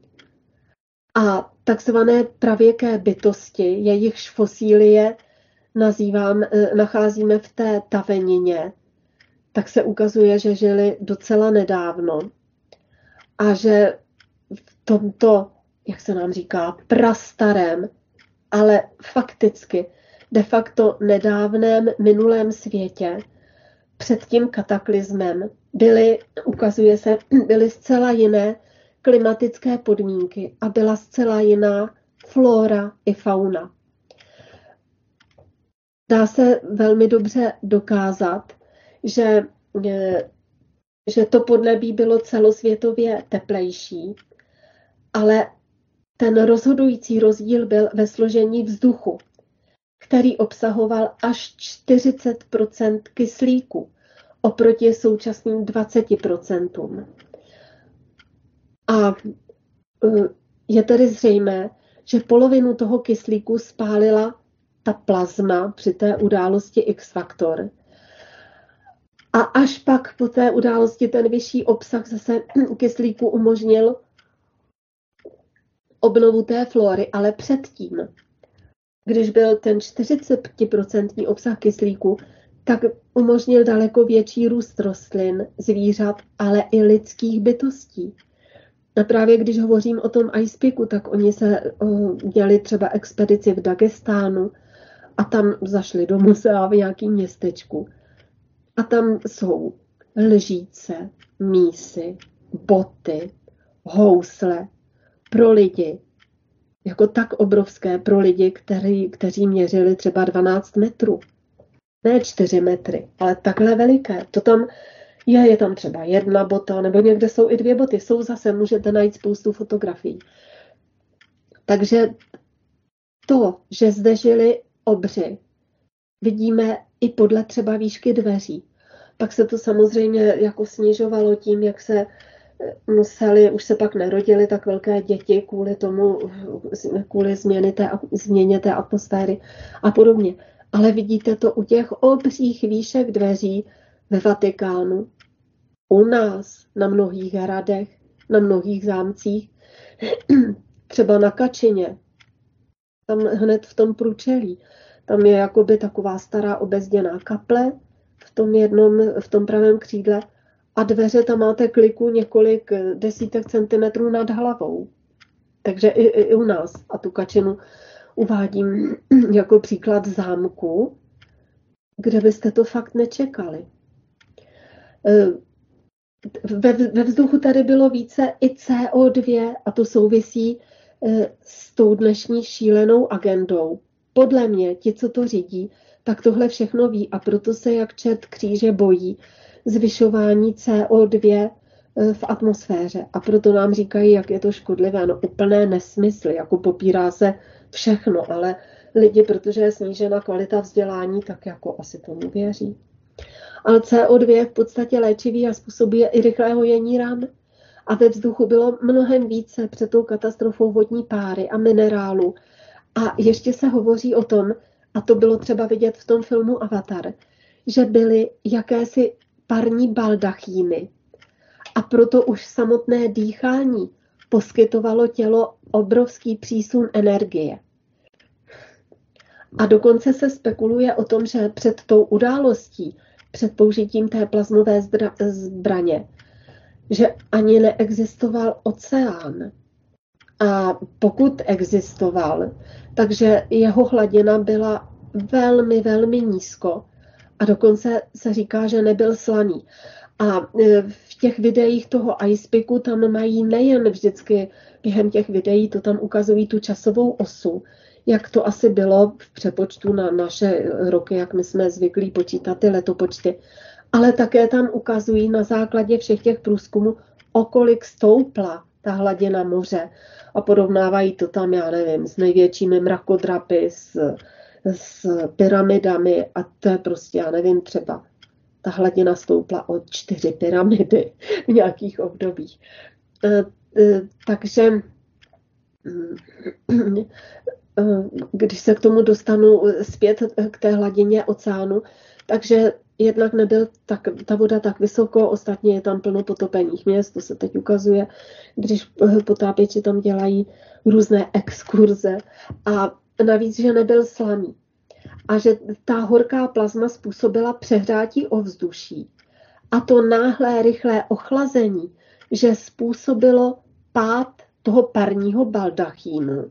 A takzvané pravěké bytosti, jejichž fosílie nazývám, nacházíme v té tavenině, tak se ukazuje, že žili docela nedávno. A že v tomto, jak se nám říká, prastarém, ale fakticky, de facto nedávném minulém světě, před tím kataklizmem byly, ukazuje se, byly zcela jiné klimatické podmínky a byla zcela jiná flora i fauna. Dá se velmi dobře dokázat, že, že to podnebí bylo celosvětově teplejší, ale ten rozhodující rozdíl byl ve složení vzduchu, který obsahoval až čtyřicet procent kyslíku oproti současným dvacet procent. A je tedy zřejmé, že polovinu toho kyslíku spálila ta plazma při té události X-faktor. A až pak po té události ten vyšší obsah zase kyslíku umožnil obnovu té flory, ale předtím, když byl ten čtyřicet procent obsah kyslíku, tak umožnil daleko větší růst rostlin, zvířat, ale i lidských bytostí. A právě když hovořím o tom icepiku, tak oni se uh, dělali třeba expedici v Dagestánu a tam zašli do muzea v nějakém městečku. A tam jsou lžíce, mísy, boty, housle pro lidi. Jako tak obrovské pro lidi, který, kteří měřili třeba dvanáct metrů. Ne čtyři metry, ale takhle veliké. To tam je, je tam třeba jedna bota, nebo někde jsou i dvě boty. Jsou zase, můžete najít spoustu fotografií. Takže to, že zde žili obři, vidíme i podle třeba výšky dveří. Pak se to samozřejmě jako snižovalo tím, jak se museli, už se pak nerodili tak velké děti kvůli tomu, kvůli změny té, změně té atmosféry a podobně. Ale vidíte to u těch obřích výšek dveří ve Vatikánu, u nás na mnohých hradech, na mnohých zámcích, třeba na Kačině, tam hned v tom průčelí, tam je jakoby taková stará obezděná kaple v tom jednom, v tom pravém křídle a dveře tam máte kliku několik desítek centimetrů nad hlavou. Takže i, i u nás, a tu Kačinu uvádím jako příklad zámku, kde byste to fakt nečekali. Ve, ve vzduchu tady bylo více i C O dva a to souvisí s tou dnešní šílenou agendou. Podle mě, ti, co to řídí, tak tohle všechno ví a proto se jak čert kříže bojí zvyšování C O dva v atmosféře. A proto nám říkají, jak je to škodlivé. No úplné nesmysly, jako popírá se všechno, ale lidi, protože je snížena kvalita vzdělání, tak jako asi tomu věří. Ale C O dva je v podstatě léčivý a způsobuje i rychlé hojení ran. A ve vzduchu bylo mnohem více před tou katastrofou vodní páry a minerálu. A ještě se hovoří o tom, a to bylo třeba vidět v tom filmu Avatar, že byly jakési parní baldachíny. A proto už samotné dýchání poskytovalo tělo obrovský přísun energie. A dokonce se spekuluje o tom, že před tou událostí, před použitím té plazmové zbraně, že ani neexistoval oceán. A pokud existoval, takže jeho hladina byla velmi, velmi nízko. A dokonce se říká, že nebyl slaný. A v těch videích toho icepiku tam mají nejen vždycky během těch videí, to tam ukazují tu časovou osu, jak to asi bylo v přepočtu na naše roky, jak my jsme zvyklí počítat ty letopočty, ale také tam ukazují na základě všech těch průzkumů, o kolik stoupla ta hladina moře a porovnávají to tam, já nevím, s největšími mrakodrapy, s, s pyramidami a to je prostě, já nevím, třeba ta hladina stoupla o čtyři pyramidy v nějakých obdobích. Takže když se k tomu dostanu zpět k té hladině oceánu, takže jednak nebyl tak, ta voda tak vysoko, ostatně je tam plno potopených měst, to se teď ukazuje, když potápěči tam dělají různé exkurze. A navíc, že nebyl slaný. A že ta horká plazma způsobila přehrátí ovzduší. A to náhlé, rychlé ochlazení, že způsobilo pád toho parního baldachínu.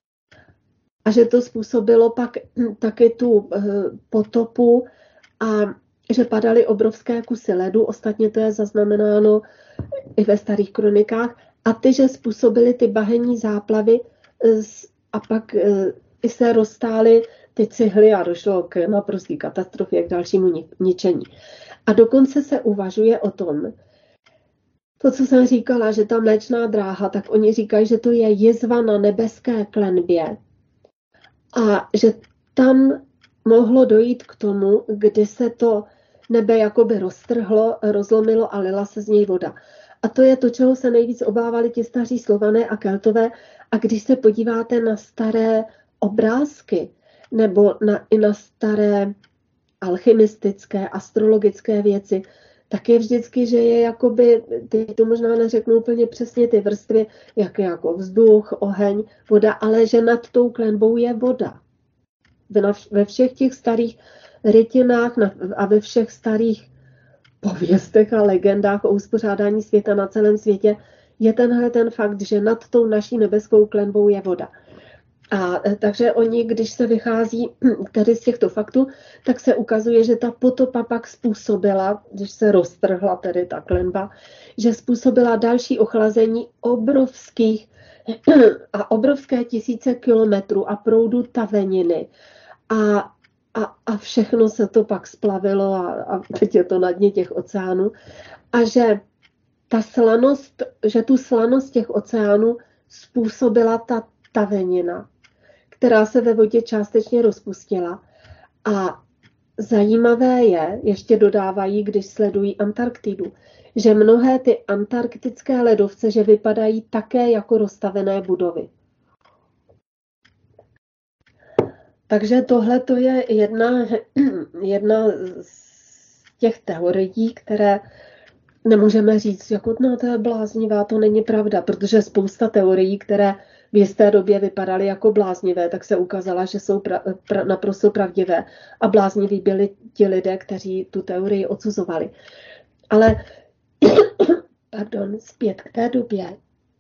A že to způsobilo pak taky tu potopu a že padaly obrovské kusy ledu, ostatně to je zaznamenáno i ve starých kronikách, a ty, že způsobily ty bahenní záplavy a pak i se roztály ty cihly a došlo k naprosté katastrofě, k dalšímu ničení. A dokonce se uvažuje o tom, to, co jsem říkala, že ta Mléčná dráha, tak oni říkají, že to je jizva na nebeské klenbě a že tam mohlo dojít k tomu, kdy se to nebe jakoby roztrhlo, rozlomilo a lila se z něj voda. A to je to, čeho se nejvíc obávali ti staří Slované a Keltové. A když se podíváte na staré obrázky nebo na, i na staré alchymistické, astrologické věci, tak je vždycky, že je jakoby, teď to možná neřeknu úplně přesně ty vrstvy, jak je jako vzduch, oheň, voda, ale že nad tou klenbou je voda. Ve všech těch starých rytinách a ve všech starých pověstech a legendách o uspořádání světa na celém světě je tenhle ten fakt, že nad tou naší nebeskou klenbou je voda. A takže oni, když se vychází tady z těchto faktů, tak se ukazuje, že ta potopa pak způsobila, když se roztrhla tedy ta klenba, že způsobila další ochlazení obrovských a obrovské tisíce kilometrů a proudu taveniny. A, a, a všechno se to pak splavilo a, a teď je to na dně těch oceánů. A že ta slanost, že tu slanost těch oceánů způsobila ta tavenina, která se ve vodě částečně rozpustila. A zajímavé je, ještě dodávají, když sledují Antarktidu, že mnohé ty antarktické ledovce, že vypadají také jako rozstavené budovy. Takže tohle to je jedna, jedna z těch teorií, které nemůžeme říct, jako no, to je bláznivá, to není pravda, protože spousta teorií, které v jisté době vypadaly jako bláznivé, tak se ukázala, že jsou pra, pra, naprosto pravdivé. A blázniví byli ti lidé, kteří tu teorii odsuzovali. Ale pardon, zpět k té době.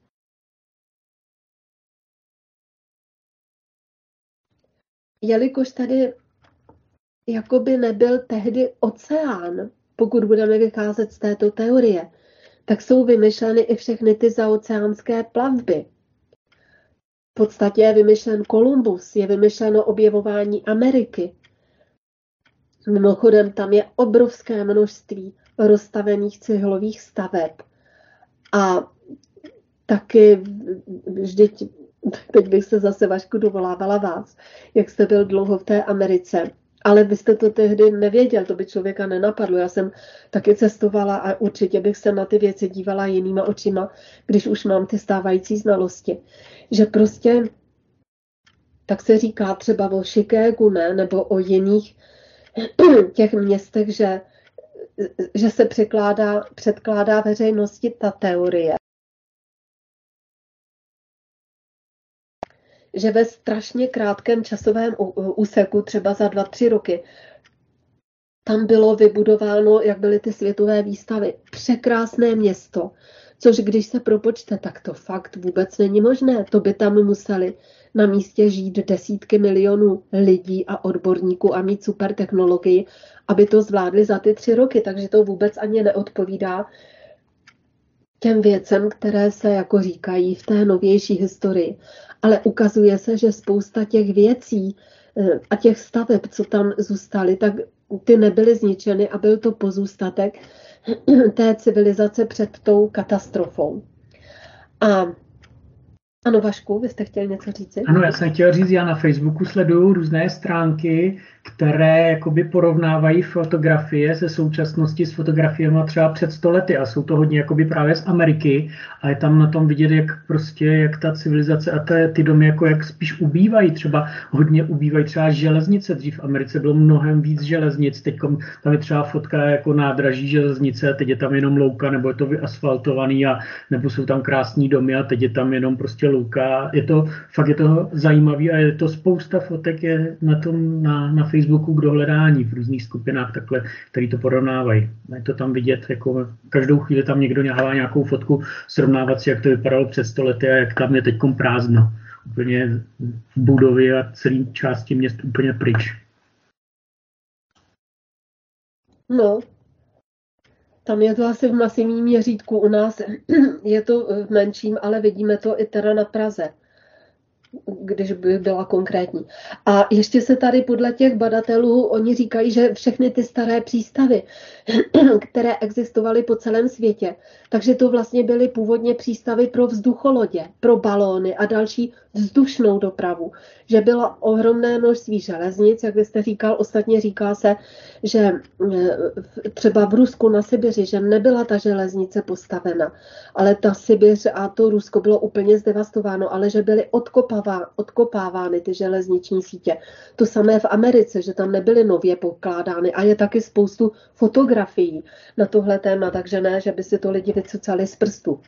Jelikož tady jakoby nebyl tehdy oceán, pokud budeme vycházet z této teorie, tak jsou vymyšleny i všechny ty zaoceánské plavby. V podstatě je vymyšlen Kolumbus, je vymyšleno objevování Ameriky. Mimochodem tam je obrovské množství rozstavených cihlových staveb. A taky vždyť, teď bych se zase Vašku dovolávala vás, jak jste byl dlouho v té Americe. Ale vy jste to tehdy nevěděl, to by člověka nenapadlo. Já jsem taky cestovala a určitě bych se na ty věci dívala jinýma očima, když už mám ty stávající znalosti. Že prostě, tak se říká třeba o Chicagu, ne, nebo o jiných těch městech, že, že se překládá, předkládá veřejnosti ta teorie. Že ve strašně krátkém časovém úseku, třeba za dva, tři roky, tam bylo vybudováno, jak byly ty světové výstavy, překrásné město, což když se propočte, tak to fakt vůbec není možné. To by tam museli na místě žít desítky milionů lidí a odborníků a mít super technologii, aby to zvládli za ty tři roky, takže to vůbec ani neodpovídá těm věcem, které se jako říkají v té novější historii. Ale ukazuje se, že spousta těch věcí a těch staveb, co tam zůstaly, tak ty nebyly zničeny a byl to pozůstatek té civilizace před tou katastrofou. A ano, Vašku, vy jste chtěli něco říct? Ano, já jsem chtěl říct, já na Facebooku sleduju různé stránky, které jakoby porovnávají fotografie ze současnosti s fotografiemi třeba před sto lety a jsou to hodně jakoby právě z Ameriky a je tam na tom vidět, jak prostě, jak ta civilizace a ty, ty domy jako jak spíš ubývají, třeba hodně ubývají třeba železnice, dřív v Americe bylo mnohem víc železnic, teď tam je třeba fotka jako nádraží železnice a teď je tam jenom louka, nebo je to vyasfaltovaný a nebo jsou tam krásní domy a teď je tam jenom prostě louka, je to, fakt je to zajímavý a je to spousta fotek je na tom, na, na Facebooku k dohledání v různých skupinách takhle, který to porovnávají. Je to tam vidět, jako každou chvíli tam někdo nahává nějakou fotku, srovnávat si, jak to vypadalo před sto lety a jak tam je teď prázdno. Úplně v budově a celý části měst úplně pryč. No, tam je to asi v masivním měřítku. U nás je to v menším, ale vidíme to i teda na Praze, když by byla konkrétní. A ještě se tady podle těch badatelů, oni říkají, že všechny ty staré přístavy, které existovaly po celém světě, takže to vlastně byly původně přístavy pro vzducholodě, pro balóny a další vzdušnou dopravu. Že bylo ohromné množství železnic, jak byste říkal, ostatně říká se, že třeba v Rusku na Sibiři, že nebyla ta železnice postavena, ale ta Sibiř a to Rusko bylo úplně zdevastováno, ale že byly odkopává, odkopávány ty železniční sítě. To samé v Americe, že tam nebyly nově pokládány a je taky spoustu fotografií na tohle téma, takže ne, že by si to lidi vycucali z prstu.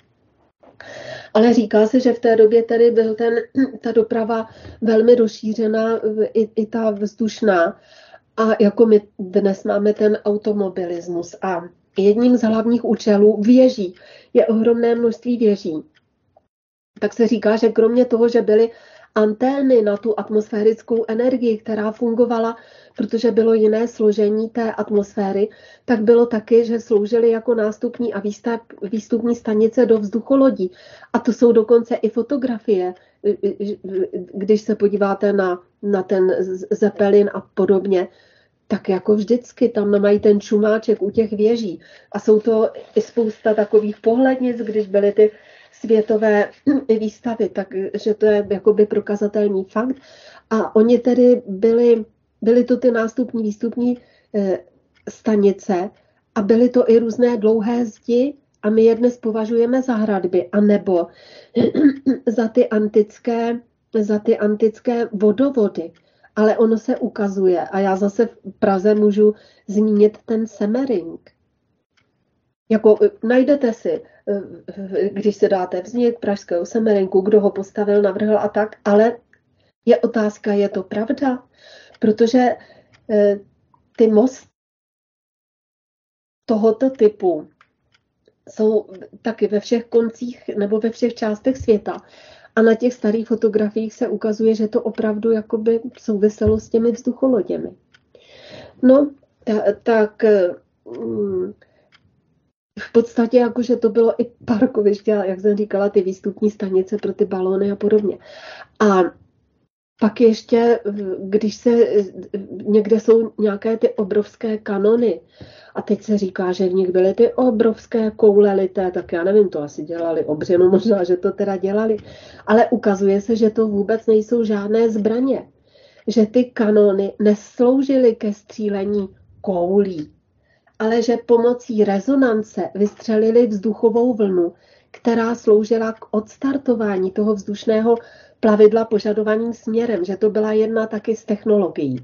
Ale říká se, že v té době tedy byl ten, ta doprava velmi rozšířená, i, i ta vzdušná. A jako my dnes máme ten automobilismus. A jedním z hlavních účelů věží je ohromné množství věží. Tak se říká, že kromě toho, že byly antény na tu atmosférickou energii, která fungovala, protože bylo jiné složení té atmosféry, tak bylo taky, že sloužily jako nástupní a výstupní stanice do vzducholodí. A to jsou dokonce i fotografie, když se podíváte na, na ten Zeppelin a podobně, tak jako vždycky tam mají ten čumáček u těch věží. A jsou to i spousta takových pohlednic, když byly ty světové výstavy, takže to je jakoby prokazatelný fakt. A oni tedy byli, byly to ty nástupní, výstupní eh, stanice a byly to i různé dlouhé zdi a my je dnes považujeme za hradby, anebo za ty antické, za ty antické vodovody. Ale ono se ukazuje, a já zase v Praze můžu zmínit ten Semmering. Jako najdete si, když se dáte vznik pražského Semmeringu, kdo ho postavil, navrhl a tak, ale je otázka, je to pravda? Protože ty mosty tohoto typu jsou taky ve všech koncích nebo ve všech částech světa. A na těch starých fotografiích se ukazuje, že to opravdu jakoby souviselo s těmi vzducholoděmi. No, tak v podstatě jakože to bylo i parkoviště, jak jsem říkala, ty výstupní stanice pro ty balóny a podobně. A pak ještě, když se někde jsou nějaké ty obrovské kanony, a teď se říká, že v nich byly ty obrovské koule lité, tak já nevím, to asi dělali obřenu, možná, že to teda dělali, ale ukazuje se, že to vůbec nejsou žádné zbraně, že ty kanony nesloužily ke střílení koulí, ale že pomocí rezonance vystřelili vzduchovou vlnu, která sloužila k odstartování toho vzdušného plavidla požadovaným směrem, že to byla jedna taky z technologií.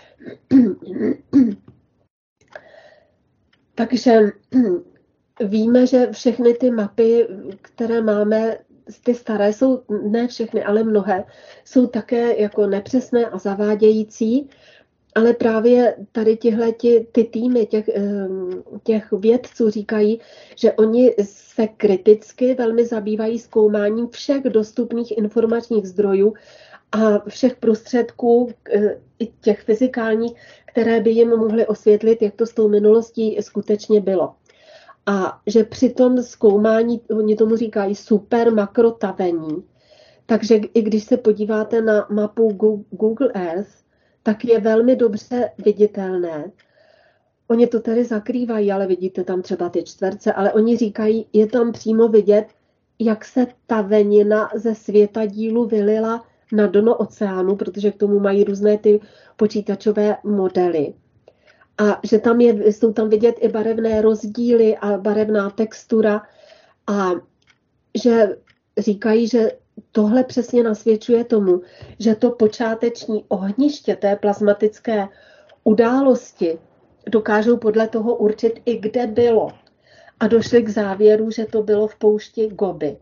Takže víme, že všechny ty mapy, které máme, ty staré jsou, ne všechny, ale mnohé, jsou také jako nepřesné a zavádějící, ale právě tady tihleti, ty týmy těch, těch vědců říkají, že oni se kriticky velmi zabývají zkoumáním všech dostupných informačních zdrojů a všech prostředků, i těch fyzikálních, které by jim mohly osvětlit, jak to s tou minulostí skutečně bylo. A že při tom zkoumání, oni tomu říkají super makrotavení, takže i když se podíváte na mapu Google Earth, tak je velmi dobře viditelné. Oni to tady zakrývají, ale vidíte tam třeba ty čtverce, ale oni říkají, je tam přímo vidět, jak se tavenina ze světadílu vylila na dno oceánu, protože k tomu mají různé ty počítačové modely. A že tam je, jsou tam vidět i barevné rozdíly a barevná textura a že říkají, že tohle přesně nasvědčuje tomu, že to počáteční ohniště té plazmatické události dokážou podle toho určit i kde bylo. A došli k závěru, že to bylo v poušti Gobi.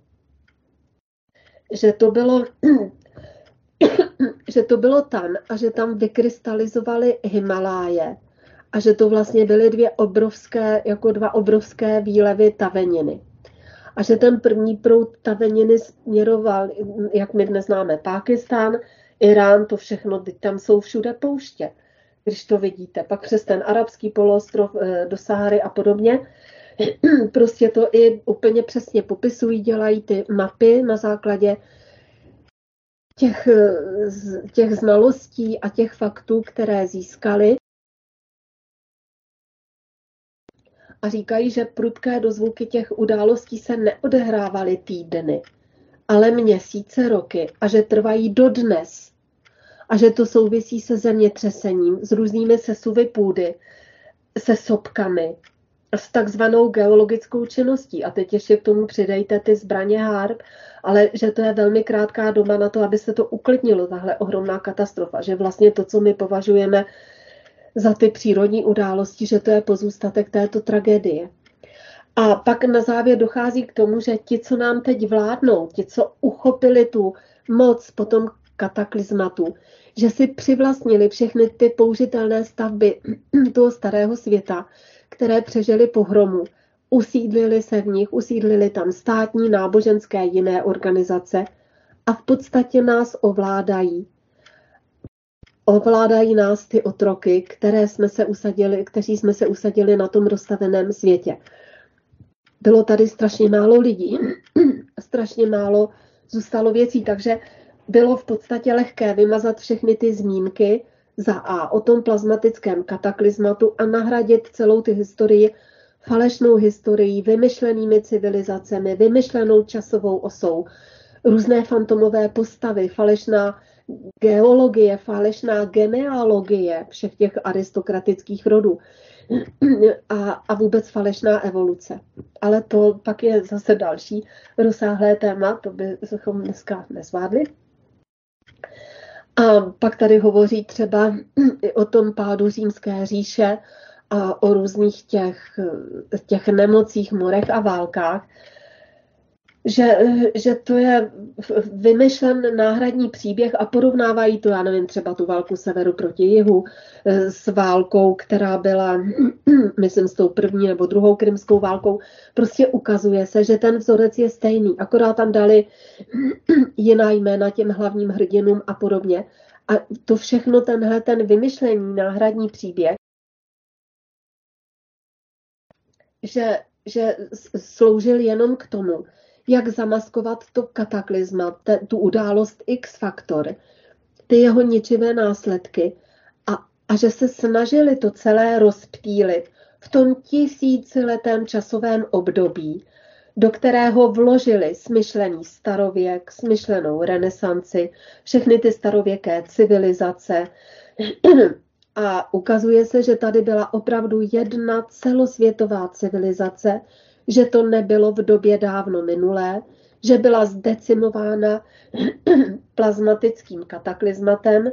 Že to bylo, že to bylo tam a že tam vykrystalizovaly Himaláje a že to vlastně byly dvě obrovské, jako dva obrovské výlevy taveniny. A že ten první proud taveniny směroval, jak my dnes známe, Pákistán, Irán, to všechno, teď tam jsou všude pouště, když to vidíte. Pak přes ten arabský poloostrov do Sahary a podobně. Prostě to i úplně přesně popisují, dělají ty mapy na základě těch, těch znalostí a těch faktů, které získali. A říkají, že prudké dozvuky těch událostí se neodehrávaly týdny, ale měsíce, roky a že trvají dodnes. A že to souvisí se zemětřesením, s různými sesuvy půdy, se sopkami, s takzvanou geologickou činností. A teď ještě k tomu přidejte ty zbraně harp, ale že to je velmi krátká doba na to, aby se to uklidnilo, tahle ohromná katastrofa. Že vlastně to, co my považujeme za ty přírodní události, že to je pozůstatek této tragédie. A pak na závěr dochází k tomu, že ti, co nám teď vládnou, ti, co uchopili tu moc po tom kataklizmatu, že si přivlastnili všechny ty použitelné stavby toho starého světa, které přežily pohromu, usídlili se v nich, usídlili tam státní, náboženské, jiné organizace a v podstatě nás ovládají. Ovládají nás ty otroky, které jsme se usadili, kteří jsme se usadili na tom rozstaveném světě. Bylo tady strašně málo lidí, strašně málo zůstalo věcí, takže bylo v podstatě lehké vymazat všechny ty zmínky za A o tom plazmatickém kataklizmatu a nahradit celou ty historii falešnou historií, vymyšlenými civilizacemi, vymyšlenou časovou osou, různé fantomové postavy, falešná geologie, falešná genealogie všech těch aristokratických rodů a, a vůbec falešná evoluce. Ale to pak je zase další rozsáhlé téma, to bychom dneska nezvládli. A pak tady hovoří třeba i o tom pádu Římské říše a o různých těch, těch nemocích, morech a válkách, že, že to je vymyšlen náhradní příběh a porovnávají to, já nevím, třeba tu válku severu proti jihu s válkou, která byla, myslím, s tou první nebo druhou krymskou válkou. Prostě ukazuje se, že ten vzorec je stejný, akorát tam dali jiná jména těm hlavním hrdinům a podobně. A to všechno, tenhle ten vymyšlený náhradní příběh, že, že sloužil jenom k tomu, jak zamaskovat to kataklizma, te, tu událost X-faktor, ty jeho ničivé následky a, a že se snažili to celé rozptýlit v tom tisíciletém časovém období, do kterého vložili smyšlený starověk, smyšlenou renesanci, všechny ty starověké civilizace. A ukazuje se, že tady byla opravdu jedna celosvětová civilizace, že to nebylo v době dávno minulé, že byla zdecimována plazmatickým kataklizmatem,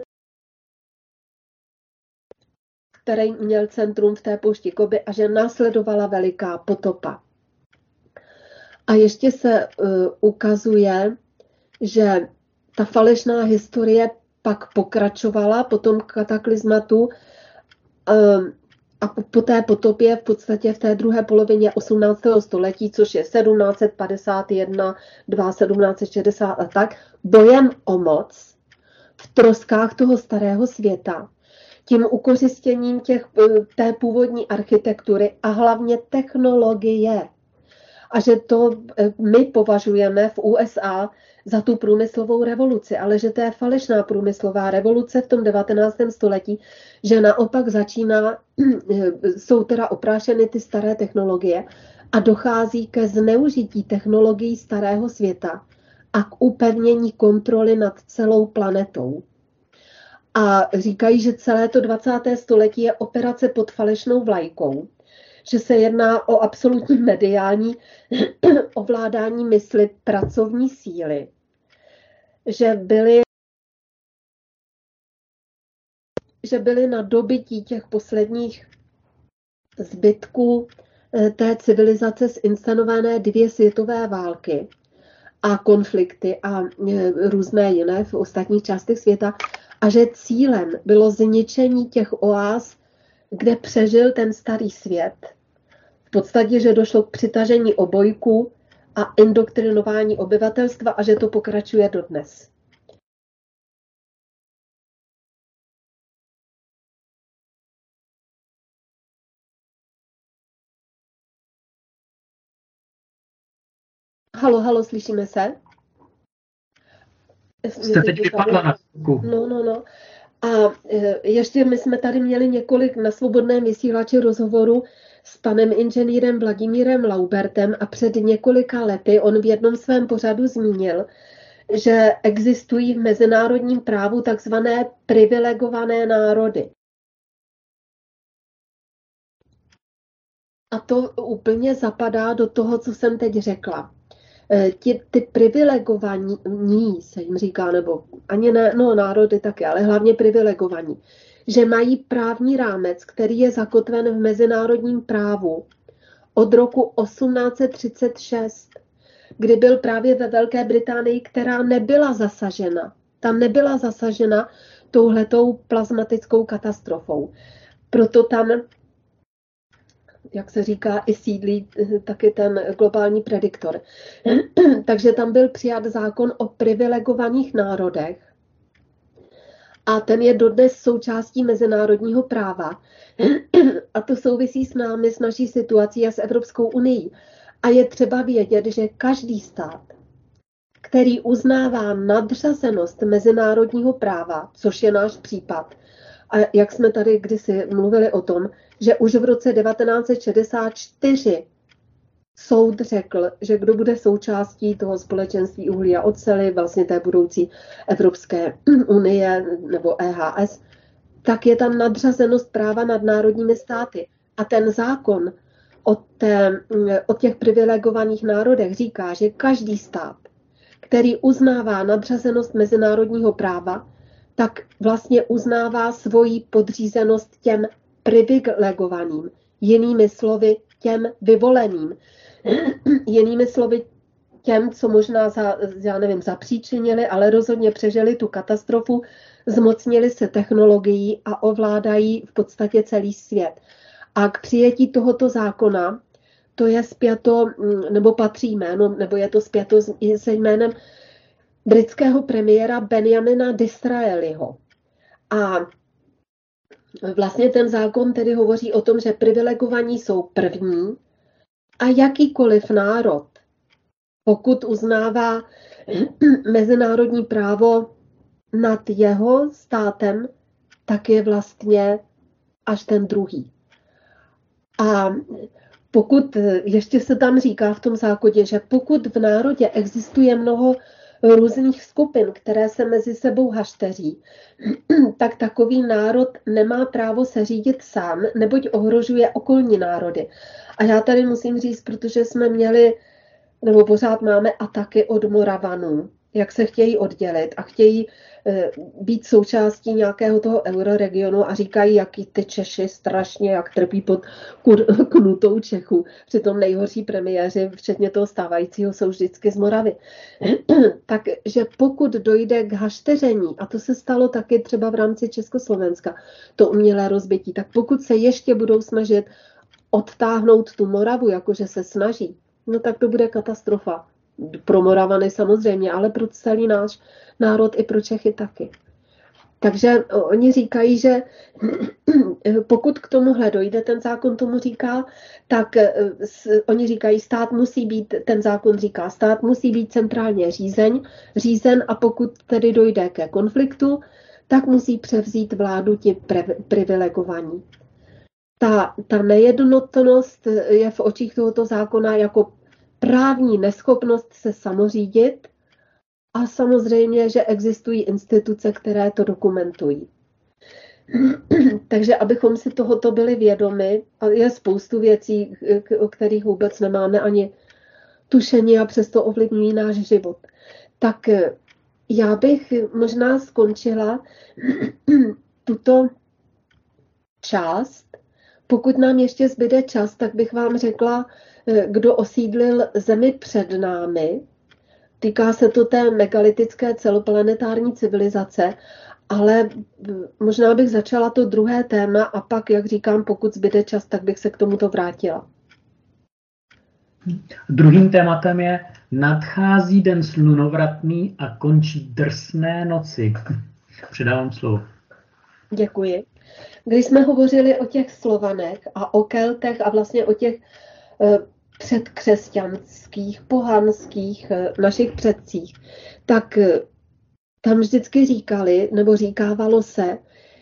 který měl centrum v té poušti Gobi a že následovala veliká potopa. A ještě se uh, ukazuje, že ta falešná historie pak pokračovala po tom kataklizmatu um, a po té potopě v podstatě v té druhé polovině osmnáctého století, což je sedmnáct set padesát jedna, sedmnáct set šedesát a tak, bojem o moc v troskách toho starého světa, tím ukořistěním těch, té původní architektury a hlavně technologie. A že to my považujeme v U S A za tu průmyslovou revoluci, ale že to je falešná průmyslová revoluce v tom devatenáctém století, že naopak začíná, jsou teda oprášeny ty staré technologie a dochází ke zneužití technologií starého světa a k upevnění kontroly nad celou planetou. A říkají, že celé to dvacáté století je operace pod falešnou vlajkou, že se jedná o absolutní mediální ovládání mysli pracovní síly, že byly, že byly na dobytí těch posledních zbytků té civilizace zinscenované dvě světové války a konflikty a různé jiné v ostatních částech světa a že cílem bylo zničení těch oáz, kde přežil ten starý svět. V podstatě, že došlo k přitažení obojků a indoktrinování obyvatelstva a že to pokračuje dodnes. Halo, halo, slyšíme se? Jste teď vypadla na chvilku. No, no, no. A ještě my jsme tady měli několik na svobodném vysílači rozhovorů s panem inženýrem Vladimírem Laubertem a před několika lety on v jednom svém pořadu zmínil, že existují v mezinárodním právu takzvané privilegované národy. A to úplně zapadá do toho, co jsem teď řekla. Ti, ty privilegovaní se jim říká, nebo ani ne, no národy taky, ale hlavně privilegovaní, že mají právní rámec, který je zakotven v mezinárodním právu od roku osmnáct set třicet šest, kdy byl právě ve Velké Británii, která nebyla zasažena. Tam nebyla zasažena touhletou plazmatickou katastrofou. Proto tam, jak se říká, i sídlí taky ten globální prediktor. Takže tam byl přijat zákon o privilegovaných národech a ten je dodnes součástí mezinárodního práva. A to souvisí s námi, s naší situací a s Evropskou unií. A je třeba vědět, že každý stát, který uznává nadřazenost mezinárodního práva, což je náš případ, a jak jsme tady kdysi mluvili o tom, že už v roce devatenáct set šedesát čtyři soud řekl, že kdo bude součástí toho společenství uhlí a oceli, vlastně té budoucí Evropské unie nebo E H S, tak je tam nadřazenost práva nad národními státy. A ten zákon o, té, o těch privilegovaných národech říká, že každý stát, který uznává nadřazenost mezinárodního práva, tak vlastně uznává svoji podřízenost těm privilegovaným, jinými slovy těm vyvoleným, jinými slovy těm, co možná za, já nevím, zapříčinili, ale rozhodně přežili tu katastrofu, zmocnili se technologií a ovládají v podstatě celý svět. A k přijetí tohoto zákona, to je spjato, nebo patří jméno, nebo je to spjato se jménem britského premiéra Benjamina Disraeliho. A vlastně ten zákon tedy hovoří o tom, že privilegovaní jsou první a jakýkoliv národ, pokud uznává mezinárodní právo nad jeho státem, tak je vlastně až ten druhý. A pokud, ještě se tam říká v tom zákoně, že pokud v národě existuje mnoho různých skupin, které se mezi sebou hašteří, tak takový národ nemá právo se řídit sám, neboť ohrožuje okolní národy. A já tady musím říct, protože jsme měli, nebo pořád máme ataky od Moravanů, jak se chtějí oddělit a chtějí e, být součástí nějakého toho euroregionu a říkají, jaký ty Češi strašně, jak trpí pod knutou Čechů. Přitom nejhorší premiéři, včetně toho stávajícího, jsou vždycky z Moravy. Takže pokud dojde k hašteření, a to se stalo taky třeba v rámci Československa, to umělé rozbití, tak pokud se ještě budou snažit odtáhnout tu Moravu, jakože se snaží, no tak to bude katastrofa. Pro Moravany samozřejmě, ale pro celý náš národ i pro Čechy taky. Takže oni říkají, že pokud k tomuhle dojde, ten zákon tomu říká, tak oni říkají, stát musí být, ten zákon říká, stát musí být centrálně řízen, řízen a pokud tedy dojde ke konfliktu, tak musí převzít vládu ti privilegovaní. Ta, ta nejednotnost je v očích tohoto zákona jako právní neschopnost se samořídit A samozřejmě, že existují instituce, které to dokumentují. Takže abychom si tohoto byli vědomi, a je spoustu věcí, o kterých vůbec nemáme ani tušení a přesto ovlivňují náš život. Tak já bych možná skončila tuto část. Pokud nám ještě zbyde čas, tak bych vám řekla, kdo osídlil Zemi před námi. Týká se to té megalitické celoplanetární civilizace, ale možná bych začala to druhé téma a pak, jak říkám, pokud zbyde čas, tak bych se k tomuto vrátila. Druhým tématem je nadchází den slunovratný a končí drsné noci. Předávám slovo. Děkuji. Když jsme hovořili o těch Slovanech a o Keltech a vlastně o těch eh, předkřesťanských, pohanských eh, našich předcích, tak eh, tam vždycky říkali, nebo říkávalo se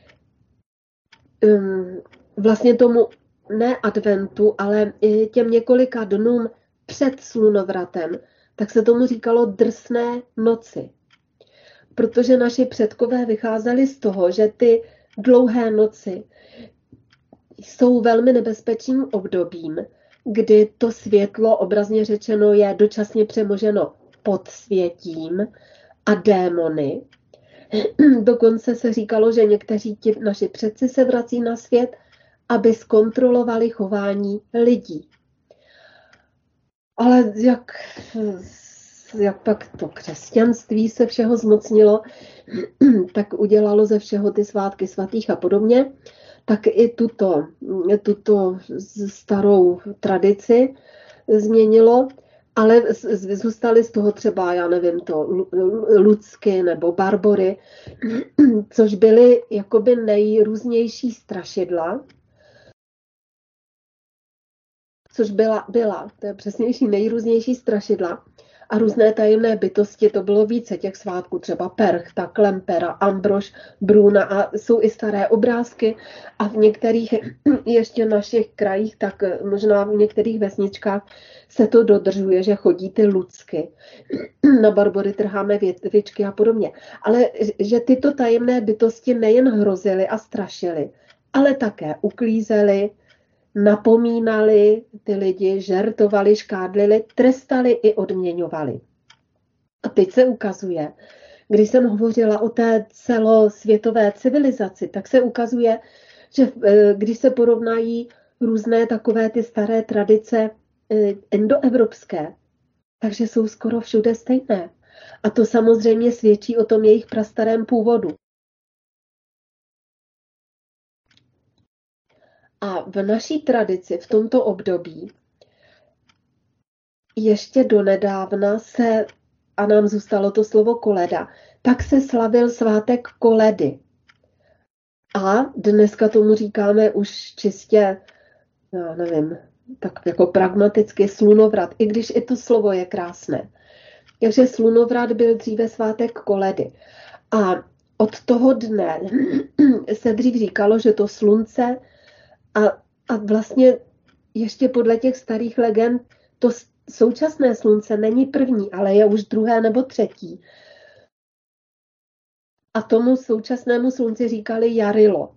um, vlastně tomu ne adventu, ale i těm několika dnům před slunovratem, tak se tomu říkalo drsné noci. Protože naši předkové vycházeli z toho, že ty dlouhé noci jsou velmi nebezpečným obdobím, kdy to světlo, obrazně řečeno, je dočasně přemoženo podsvětím a démony. Dokonce se říkalo, že někteří ti naši předci se vrací na svět, aby zkontrolovali chování lidí. Ale jak, jak pak to křesťanství se všeho zmocnilo, tak udělalo ze všeho ty svátky svatých a podobně, tak i tuto, tuto starou tradici změnilo, ale zůstaly z toho třeba, já nevím, to Lucky nebo Barbory, což byly jakoby nejrůznější strašidla, což byla, byla, to je přesnější, nejrůznější strašidla a různé tajemné bytosti, to bylo více těch svátků, třeba Perchta, Klempera, Ambrož, Bruna a jsou i staré obrázky a v některých ještě našich krajích, tak možná v některých vesničkách se to dodržuje, že chodí ty Lucky, na Barbory trháme větvičky a podobně. Ale že tyto tajemné bytosti nejen hrozily a strašily, ale také uklízely, napomínali ty lidi, žertovali, škádlili, trestali i odměňovali. A teď se ukazuje, když jsem hovořila o té celosvětové civilizaci, tak se ukazuje, že když se porovnají různé takové ty staré tradice endoevropské, takže jsou skoro všude stejné. A to samozřejmě svědčí o tom jejich prastarém původu. A v naší tradici v tomto období ještě donedávna se, a nám zůstalo to slovo koleda, tak se slavil svátek koledy. A dneska tomu říkáme už čistě, já nevím, tak jako pragmaticky slunovrat, i když i to slovo je krásné. Takže slunovrat byl dříve svátek koledy. A od toho dne se dřív říkalo, že to slunce A, a vlastně ještě podle těch starých legend to současné slunce není první, ale je už druhé nebo třetí. A tomu současnému slunci říkali Jarilo.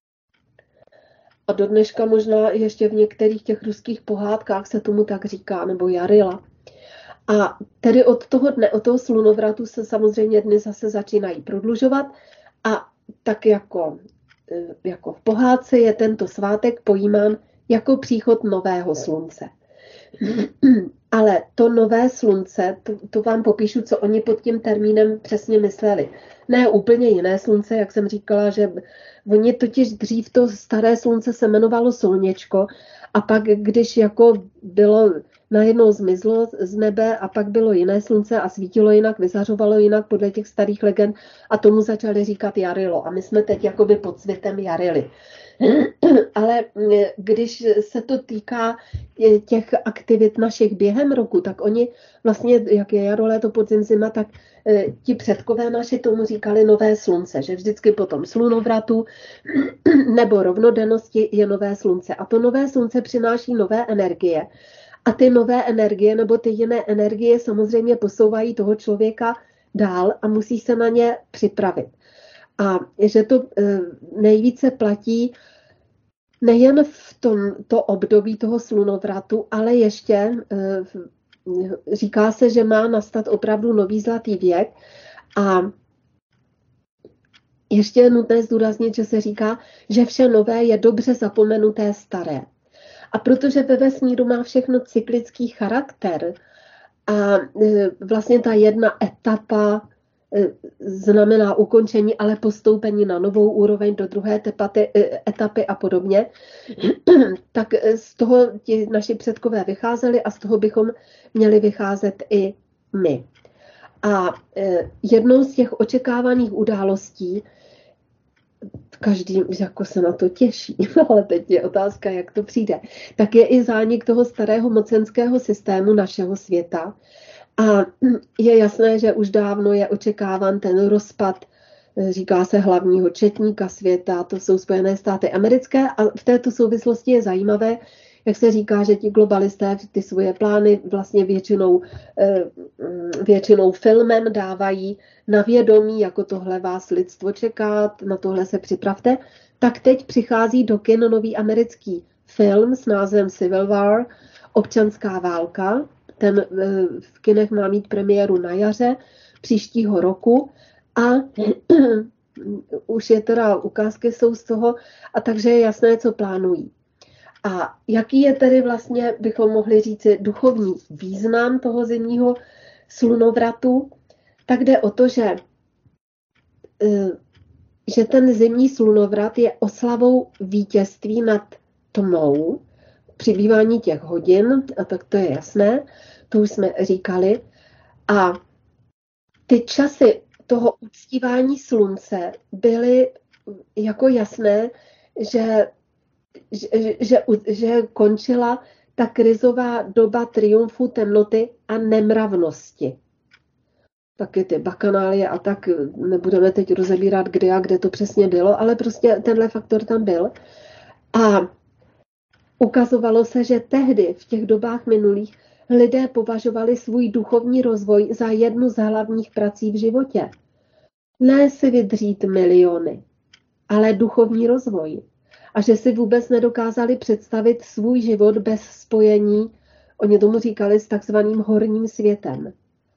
A do dneška možná ještě v některých těch ruských pohádkách se tomu tak říká, nebo Jarila. A tedy od toho dne, od toho slunovratu se samozřejmě dny zase začínají prodlužovat a tak jako jako v pohádce je tento svátek pojímán jako příchod nového slunce. Ale to nové slunce, to, to vám popíšu, co oni pod tím termínem přesně mysleli. Ne úplně jiné slunce, jak jsem říkala, že oni totiž dřív to staré slunce se jmenovalo Solněčko a pak, když jako bylo najednou zmizlo z nebe a pak bylo jiné slunce a svítilo jinak, vyzařovalo jinak podle těch starých legend a tomu začali říkat Jarilo. A my jsme teď jakoby pod světem Jarily. Ale když se to týká těch aktivit našich během roku, tak oni vlastně, jak je jaro, léto, podzim, zima, tak ti předkové naši tomu říkali nové slunce, že vždycky po tom slunovratu nebo rovnodennosti je nové slunce. A to nové slunce přináší nové energie. A ty nové energie nebo ty jiné energie samozřejmě posouvají toho člověka dál a musí se na ně připravit. A že to nejvíce platí nejen v tomto období toho slunovratu, ale ještě říká se, že má nastat opravdu nový zlatý věk a ještě je nutné zdůraznit, že se říká, že vše nové je dobře zapomenuté staré. A protože ve vesmíru má všechno cyklický charakter a vlastně ta jedna etapa znamená ukončení, ale postoupení na novou úroveň do druhé tepaty, etapy a podobně, tak z toho ti naši předkové vycházeli a z toho bychom měli vycházet i my. A jednou z těch očekávaných událostí, každý jako se na to těší, ale teď je otázka, jak to přijde, tak je i zánik toho starého mocenského systému našeho světa. A je jasné, že už dávno je očekáván ten rozpad, říká se, hlavního četníka světa, to jsou Spojené státy americké. A v této souvislosti je zajímavé, jak se říká, že ti globalisté ty svoje plány vlastně většinou, většinou filmem dávají na vědomí, jako tohle vás lidstvo čeká, na tohle se připravte. Tak teď přichází do kin nový americký film s názvem Civil War, občanská válka. Ten v kinech má mít premiéru na jaře příštího roku a už je teda, ukázky jsou z toho, a takže je jasné, co plánují. A jaký je tedy vlastně, bychom mohli říci, duchovní význam toho zimního slunovratu, tak jde o to, že, že ten zimní slunovrat je oslavou vítězství nad tmou, přibývání těch hodin, a tak to je jasné, to už jsme říkali. A ty časy toho uctívání slunce byly jako jasné, že, že, že, že končila ta krizová doba triumfu temnoty a nemravnosti. Taky ty bakanálie a tak nebudeme teď rozebírat, kdy a kde to přesně bylo, ale prostě tenhle faktor tam byl. A ukazovalo se, že tehdy, v těch dobách minulých, lidé považovali svůj duchovní rozvoj za jednu z hlavních prací v životě. Ne si vydřít miliony, ale duchovní rozvoj. A že si vůbec nedokázali představit svůj život bez spojení, oni tomu říkali, s takzvaným horním světem.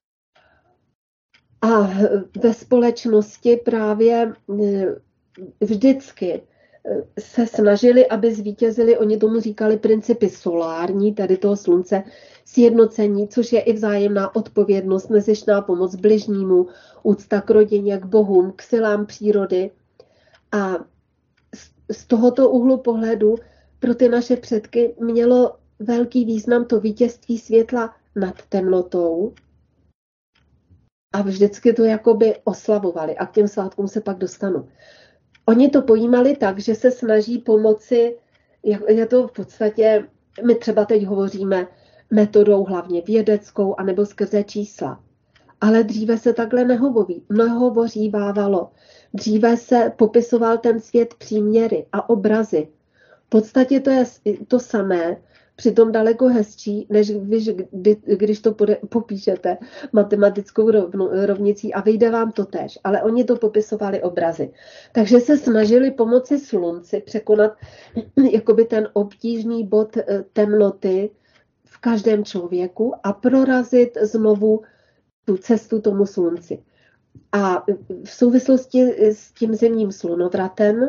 A ve společnosti právě vždycky se snažili, aby zvítězili, oni tomu říkali principy solární, tedy toho slunce, sjednocení, což je i vzájemná odpovědnost, nezištná pomoc bližnímu, úcta k rodině, k bohům, k silám přírody. A z tohoto úhlu pohledu pro ty naše předky mělo velký význam to vítězství světla nad temnotou. A vždycky to jakoby oslavovali. A k těm svátkům se pak dostanu. Oni to pojímali tak, že se snaží pomoci, je to v podstatě, my třeba teď hovoříme metodou hlavně vědeckou anebo skrze čísla. Ale dříve se takhle nehovoří, nehovořívávalo. Dříve se popisoval ten svět příměry a obrazy. V podstatě to je to samé, přitom daleko hezčí, než když, když to popíšete matematickou rovnicí a vyjde vám to též. Ale oni to popisovali obrazy. Takže se snažili pomoci slunci překonat jakoby ten obtížný bod temnoty v každém člověku a prorazit znovu tu cestu tomu slunci. A v souvislosti s tím zimním slunovratem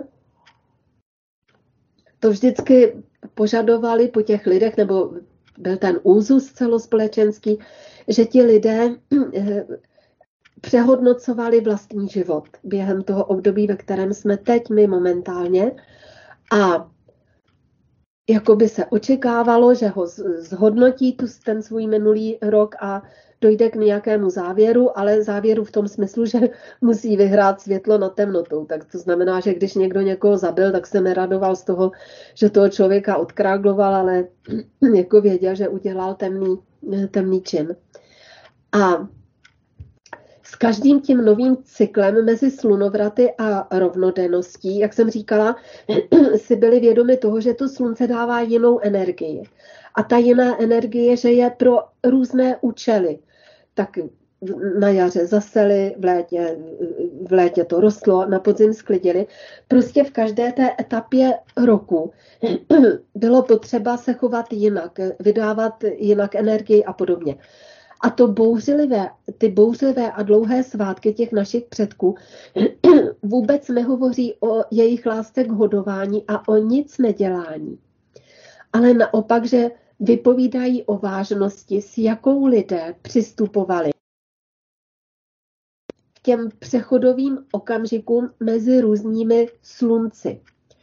to vždycky požadovali po těch lidech, nebo byl ten úzus celospolečenský, že ti lidé přehodnocovali vlastní život během toho období, ve kterém jsme teď my momentálně. A jakoby se očekávalo, že ho zhodnotí tu, ten svůj minulý rok a dojde k nějakému závěru, ale závěru v tom smyslu, že musí vyhrát světlo nad temnotou. Tak to znamená, že když někdo někoho zabil, tak se neradoval z toho, že toho člověka odkrágloval, ale jako věděl, že udělal temný, temný čin. A s každým tím novým cyklem mezi slunovraty a rovnodenností, jak jsem říkala, si byli vědomi toho, že to slunce dává jinou energii. A ta jiná energie, že je pro různé účely. Tak na jaře zaseli, v létě, v létě to rostlo, na podzim sklidili. Prostě v každé té etapě roku bylo potřeba se chovat jinak, vydávat jinak energii a podobně. A to bouřlivé, ty bouřlivé a dlouhé svátky těch našich předků vůbec nehovoří o jejich lásce k hodování a o nic nedělání. Ale naopak, že vypovídají o vážnosti, s jakou lidé přistupovali k těm přechodovým okamžikům mezi různými slunci.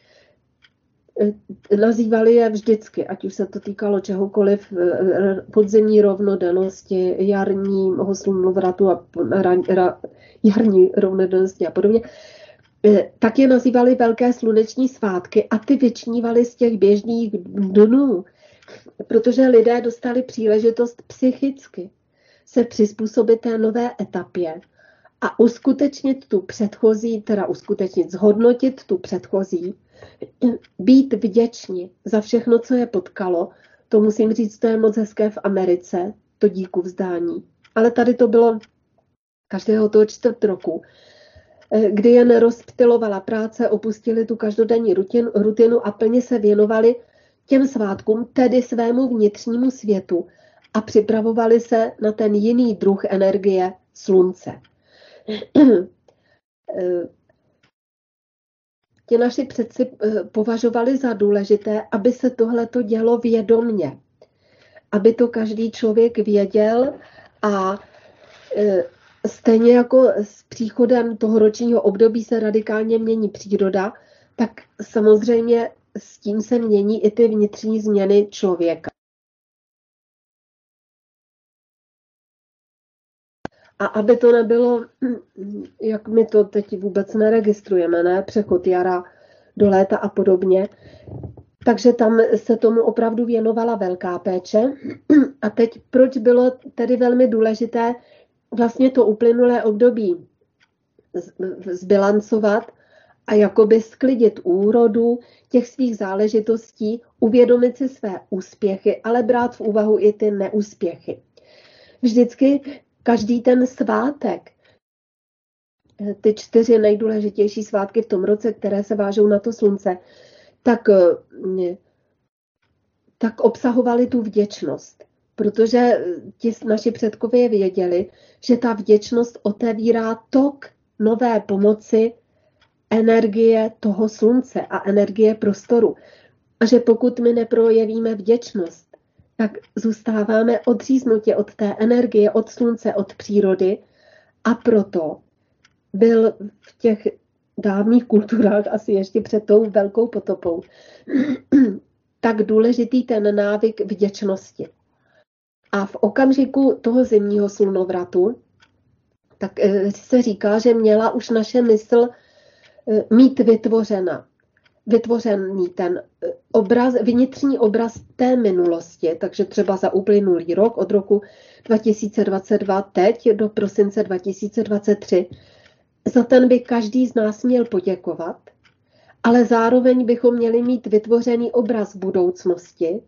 Nazývali je vždycky, ať už se to týkalo čehokoliv, podzimní rovnodennosti, jarního slunovratu a jarní rovnodennosti a podobně, tak je nazývali velké sluneční svátky a ty vyčnívaly z těch běžných dnů, protože lidé dostali příležitost psychicky se přizpůsobit té nové etapě a uskutečnit tu předchozí, teda uskutečnit, zhodnotit tu předchozí, být vděční za všechno, co je potkalo. To musím říct, to je moc hezké v Americe, to díku vzdání. Ale tady to bylo každého toho čtvrt roku, kdy je nerozptylovala práce, opustili tu každodenní rutinu, rutinu a plně se věnovali těm svátkům, tedy svému vnitřnímu světu a připravovali se na ten jiný druh energie slunce. Ti naši předci považovali za důležité, aby se tohleto dělo vědomně, aby to každý člověk věděl a stejně jako s příchodem toho ročního období se radikálně mění příroda, tak samozřejmě s tím se mění i ty vnitřní změny člověka. A aby to nebylo, jak my to teď vůbec neregistrujeme, ne? Přechod jara do léta a podobně. Takže tam se tomu opravdu věnovala velká péče. A teď proč bylo tedy velmi důležité vlastně to uplynulé období zbilancovat a jakoby sklidit úrodu těch svých záležitostí, uvědomit si své úspěchy, ale brát v úvahu i ty neúspěchy. Vždycky každý ten svátek, ty čtyři nejdůležitější svátky v tom roce, které se vážou na to slunce, tak, tak obsahovaly tu vděčnost. Protože ti naši předkové věděli, že ta vděčnost otevírá tok nové pomoci, energie toho slunce a energie prostoru. A že pokud my neprojevíme vděčnost, tak zůstáváme odříznutě od té energie, od slunce, od přírody. A proto byl v těch dávných kulturách, asi ještě před tou velkou potopou, tak důležitý ten návyk vděčnosti. A v okamžiku toho zimního slunovratu tak se říká, že měla už naše mysl mít vytvořena, vytvořený ten obraz, vnitřní obraz té minulosti, takže třeba za uplynulý rok, od roku dva tisíce dvacet dva teď do prosince dva tisíce dvacet tři, za ten by každý z nás měl poděkovat, ale zároveň bychom měli mít vytvořený obraz budoucnosti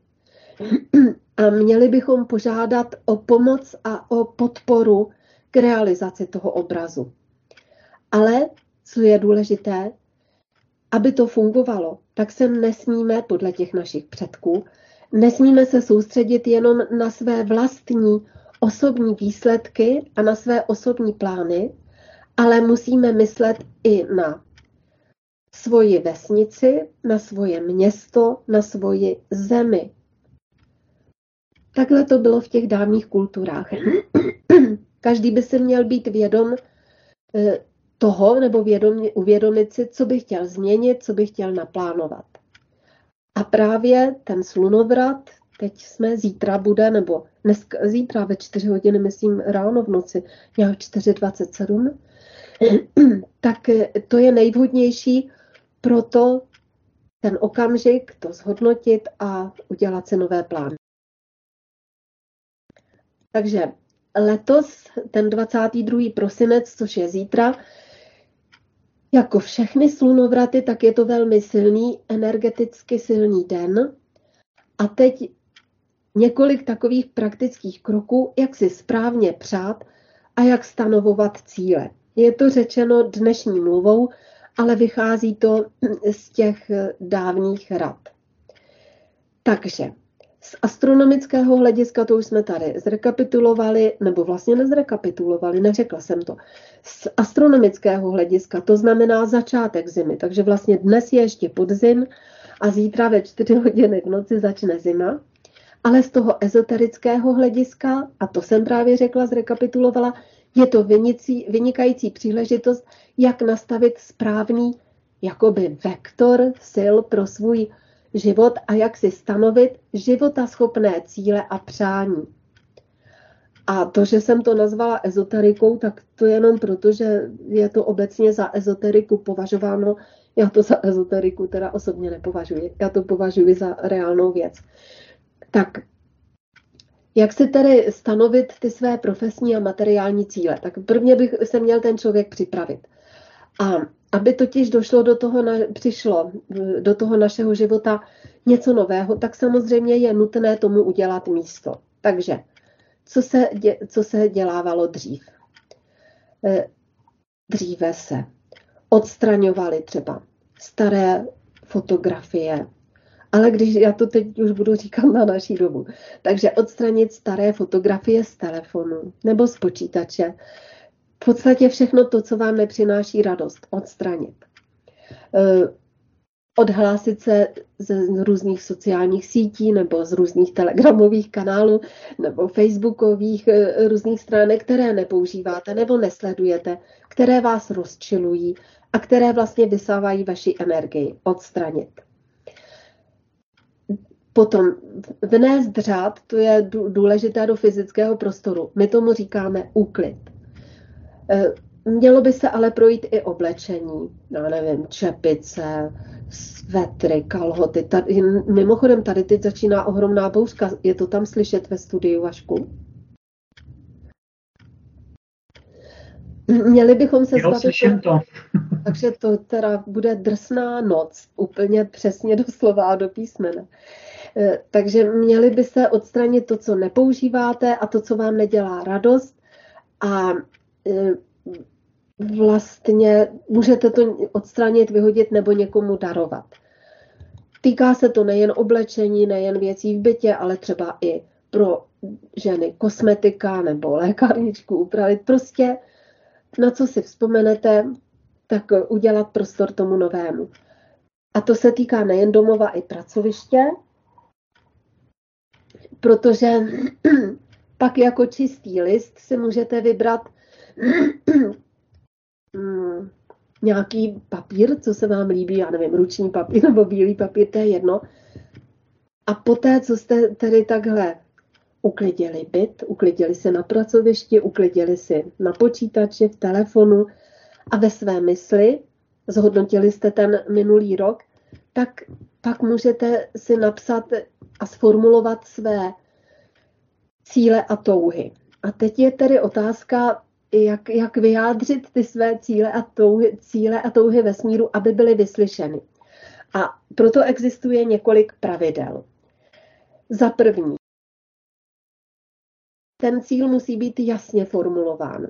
a měli bychom požádat o pomoc a o podporu k realizaci toho obrazu. Ale, co je důležité, aby to fungovalo, tak se nesmíme, podle těch našich předků, nesmíme se soustředit jenom na své vlastní osobní výsledky a na své osobní plány, ale musíme myslet i na svoji vesnici, na svoje město, na svoji zemi. Takhle to bylo v těch dávných kulturách. Každý by si měl být vědom toho, nebo vědom, uvědomit si, co by chtěl změnit, co by chtěl naplánovat. A právě ten slunovrat, teď jsme, zítra bude, nebo dneska, zítra ve čtyři hodiny, myslím ráno v noci, nějak čtyři dvacet sedm, tak to je nejvhodnější pro to ten okamžik, to zhodnotit a udělat si nové plány. Takže letos, ten dvacátý druhý prosinec, což je zítra, jako všechny slunovraty, tak je to velmi silný, energeticky silný den. A teď několik takových praktických kroků, jak si správně přát, a jak stanovovat cíle. Je to řečeno dnešní mluvou, ale vychází to z těch dávných rad. Takže z astronomického hlediska, to už jsme tady zrekapitulovali, nebo vlastně nezrekapitulovali, neřekla jsem to. Z astronomického hlediska to znamená začátek zimy, takže vlastně dnes je ještě podzim a zítra ve čtyři hodiny v noci začne zima. Ale z toho ezoterického hlediska, a to jsem právě řekla, zrekapitulovala, je to vynicí, vynikající příležitost, jak nastavit správný jakoby vektor sil pro svůj život a jak si stanovit životaschopné cíle a přání. A to, že jsem to nazvala ezoterikou, tak to jenom proto, že je to obecně za ezoteriku považováno. Já to za ezoteriku teda osobně nepovažuji. Já to považuji za reálnou věc. Tak jak si tedy stanovit ty své profesní a materiální cíle? Tak prvně bych se měl ten člověk připravit. A aby totiž došlo do toho, přišlo do toho našeho života něco nového, tak samozřejmě je nutné tomu udělat místo. Takže co se, dě, co se dělávalo dřív? Dříve se odstraňovaly třeba staré fotografie, ale když já to teď už budu říkat na naší dobu, takže odstranit staré fotografie z telefonu nebo z počítače, v podstatě všechno to, co vám nepřináší radost, odstranit. Odhlásit se z různých sociálních sítí nebo z různých telegramových kanálů nebo facebookových různých stránek, které nepoužíváte nebo nesledujete, které vás rozčilují a které vlastně vysávají vaši energii. Odstranit. Potom vnést řád, to je důležité do fyzického prostoru. My tomu říkáme úklid. Mělo by se ale projít i oblečení, no nevím, čepice, svetry, kalhoty. Tady, mimochodem, tady teď začíná ohromná bouřka. Je to tam slyšet ve studiu, Vašku? Měli bychom se jo, slyším to. Takže to teda bude drsná noc, úplně přesně do slova a do písmene. Takže měli by se odstranit to, co nepoužíváte a to, co vám nedělá radost a vlastně můžete to odstranit, vyhodit nebo někomu darovat. Týká se to nejen oblečení, nejen věcí v bytě, ale třeba i pro ženy kosmetika nebo lékárničku upravit. Prostě na co si vzpomenete, tak udělat prostor tomu novému. A to se týká nejen domova, i pracoviště, protože pak jako čistý list si můžete vybrat nějaký papír, co se vám líbí, já nevím, ruční papír nebo bílý papír, to je jedno. A poté, co jste tedy takhle uklidili byt, uklidili si na pracovišti, uklidili si na počítači, v telefonu a ve své mysli, zhodnotili jste ten minulý rok, tak pak můžete si napsat a sformulovat své cíle a touhy. A teď je tedy otázka, jak, jak vyjádřit ty své cíle a, touhy, cíle a touhy vesmíru, aby byly vyslyšeny. A proto existuje několik pravidel. Za první, ten cíl musí být jasně formulován.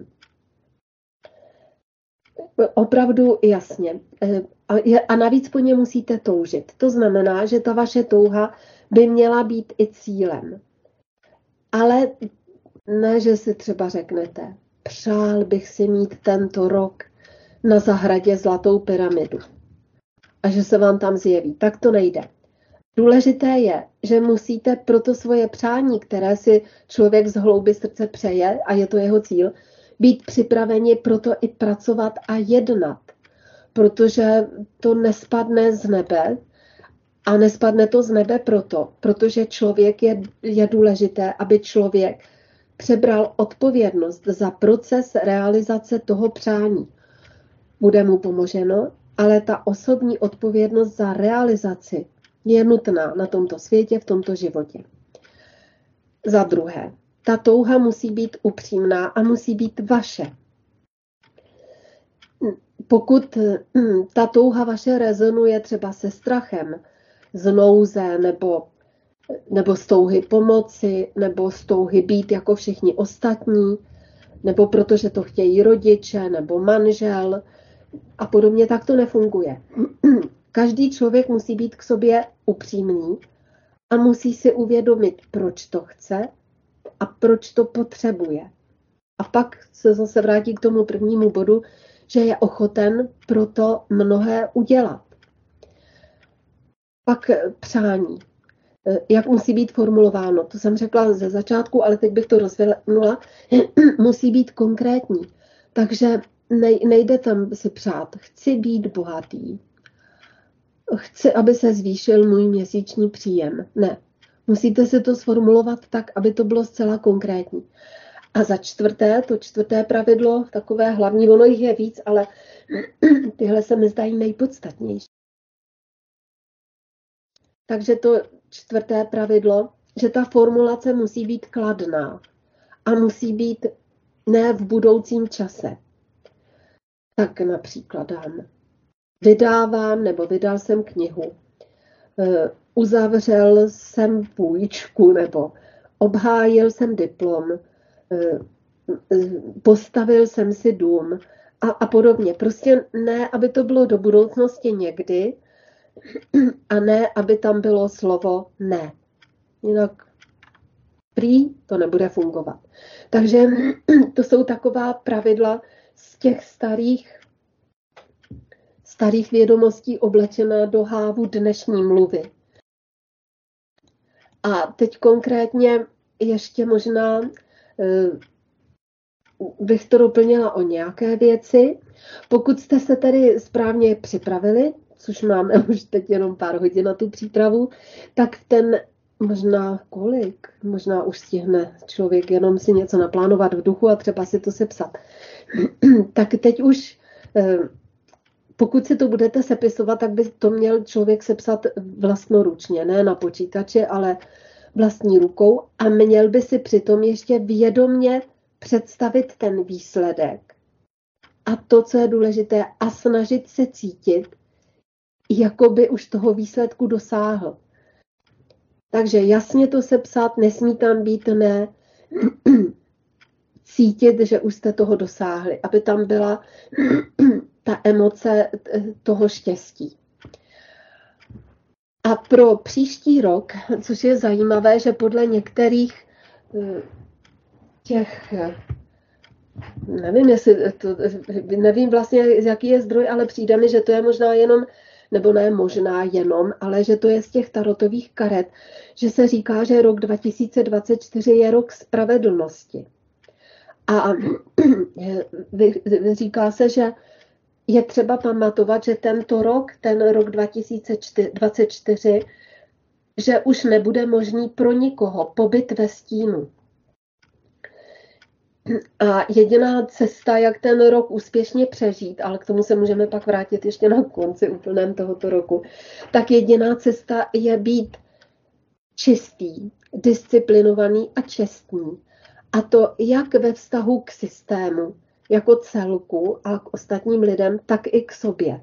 Opravdu jasně. A navíc po něm musíte toužit. To znamená, že ta vaše touha by měla být i cílem. Ale ne, že si třeba řeknete, přál bych si mít tento rok na zahradě zlatou pyramidu. A že se vám tam zjeví. Tak to nejde. Důležité je, že musíte pro to svoje přání, které si člověk z hloubi srdce přeje, a je to jeho cíl, být připraveni proto i pracovat a jednat. Protože to nespadne z nebe a nespadne to z nebe proto, protože člověk je, je důležité, aby člověk přebral odpovědnost za proces realizace toho přání. Bude mu pomoženo, ale ta osobní odpovědnost za realizaci je nutná na tomto světě, v tomto životě. Za druhé, ta touha musí být upřímná a musí být vaše. Pokud ta touha vaše rezonuje třeba se strachem, z nouze nebo, nebo z touhy pomoci, nebo z touhy být jako všichni ostatní, nebo protože to chtějí rodiče nebo manžel a podobně, tak to nefunguje. Každý člověk musí být k sobě upřímný a musí si uvědomit, proč to chce a proč to potřebuje. A pak se zase vrátí k tomu prvnímu bodu, že je ochoten pro to mnohé udělat. Pak přání. Jak musí být formulováno? To jsem řekla ze začátku, ale teď bych to rozvinula. Musí být konkrétní. Takže nejde tam si přát. Chci být bohatý. Chci, aby se zvýšil můj měsíční příjem. Ne. Musíte si to sformulovat tak, aby to bylo zcela konkrétní. A za čtvrté, to čtvrté pravidlo, takové hlavní, ono jich je víc, ale tyhle se mi zdají nejpodstatnější. Takže to čtvrté pravidlo, že ta formulace musí být kladná a musí být ne v budoucím čase. Tak například dám, vydávám nebo vydal jsem knihu, uzavřel jsem půjčku nebo obhájil jsem diplom, postavil jsem si dům a, a podobně. Prostě ne, aby to bylo do budoucnosti někdy a ne, aby tam bylo slovo ne. Jinak prý to nebude fungovat. Takže to jsou taková pravidla z těch starých, starých vědomostí oblečená do hávu dnešní mluvy. A teď konkrétně ještě možná bych to doplnila o nějaké věci. Pokud jste se tedy správně připravili, což máme už teď jenom pár hodin na tu přípravu, tak ten možná kolik, možná už stihne člověk jenom si něco naplánovat v duchu a třeba si to sepsat. Tak teď už, pokud si to budete sepisovat, tak by to měl člověk sepsat vlastnoručně, ne na počítači, ale vlastní rukou a měl by si přitom ještě vědomně představit ten výsledek a to, co je důležité, a snažit se cítit, jako by už toho výsledku dosáhl. Takže jasně to sepsat, nesmí tam být ne, cítit, že už jste toho dosáhli, aby tam byla ta emoce toho štěstí. A pro příští rok, což je zajímavé, že podle některých těch, nevím, jestli to, nevím vlastně, jaký je zdroj, ale přijde mi, že to je možná jenom, nebo ne možná jenom, ale že to je z těch tarotových karet, že se říká, že rok dva tisíce dvacet čtyři je rok spravedlnosti. A říká se, že je třeba pamatovat, že tento rok, ten rok dva tisíce dvacet čtyři, že už nebude možný pro nikoho pobyt ve stínu. A jediná cesta, jak ten rok úspěšně přežít, ale k tomu se můžeme pak vrátit ještě na konci úplném tohoto roku, tak jediná cesta je být čistý, disciplinovaný a čestný. A to jak ve vztahu k systému, jako celku a k ostatním lidem, tak i k sobě.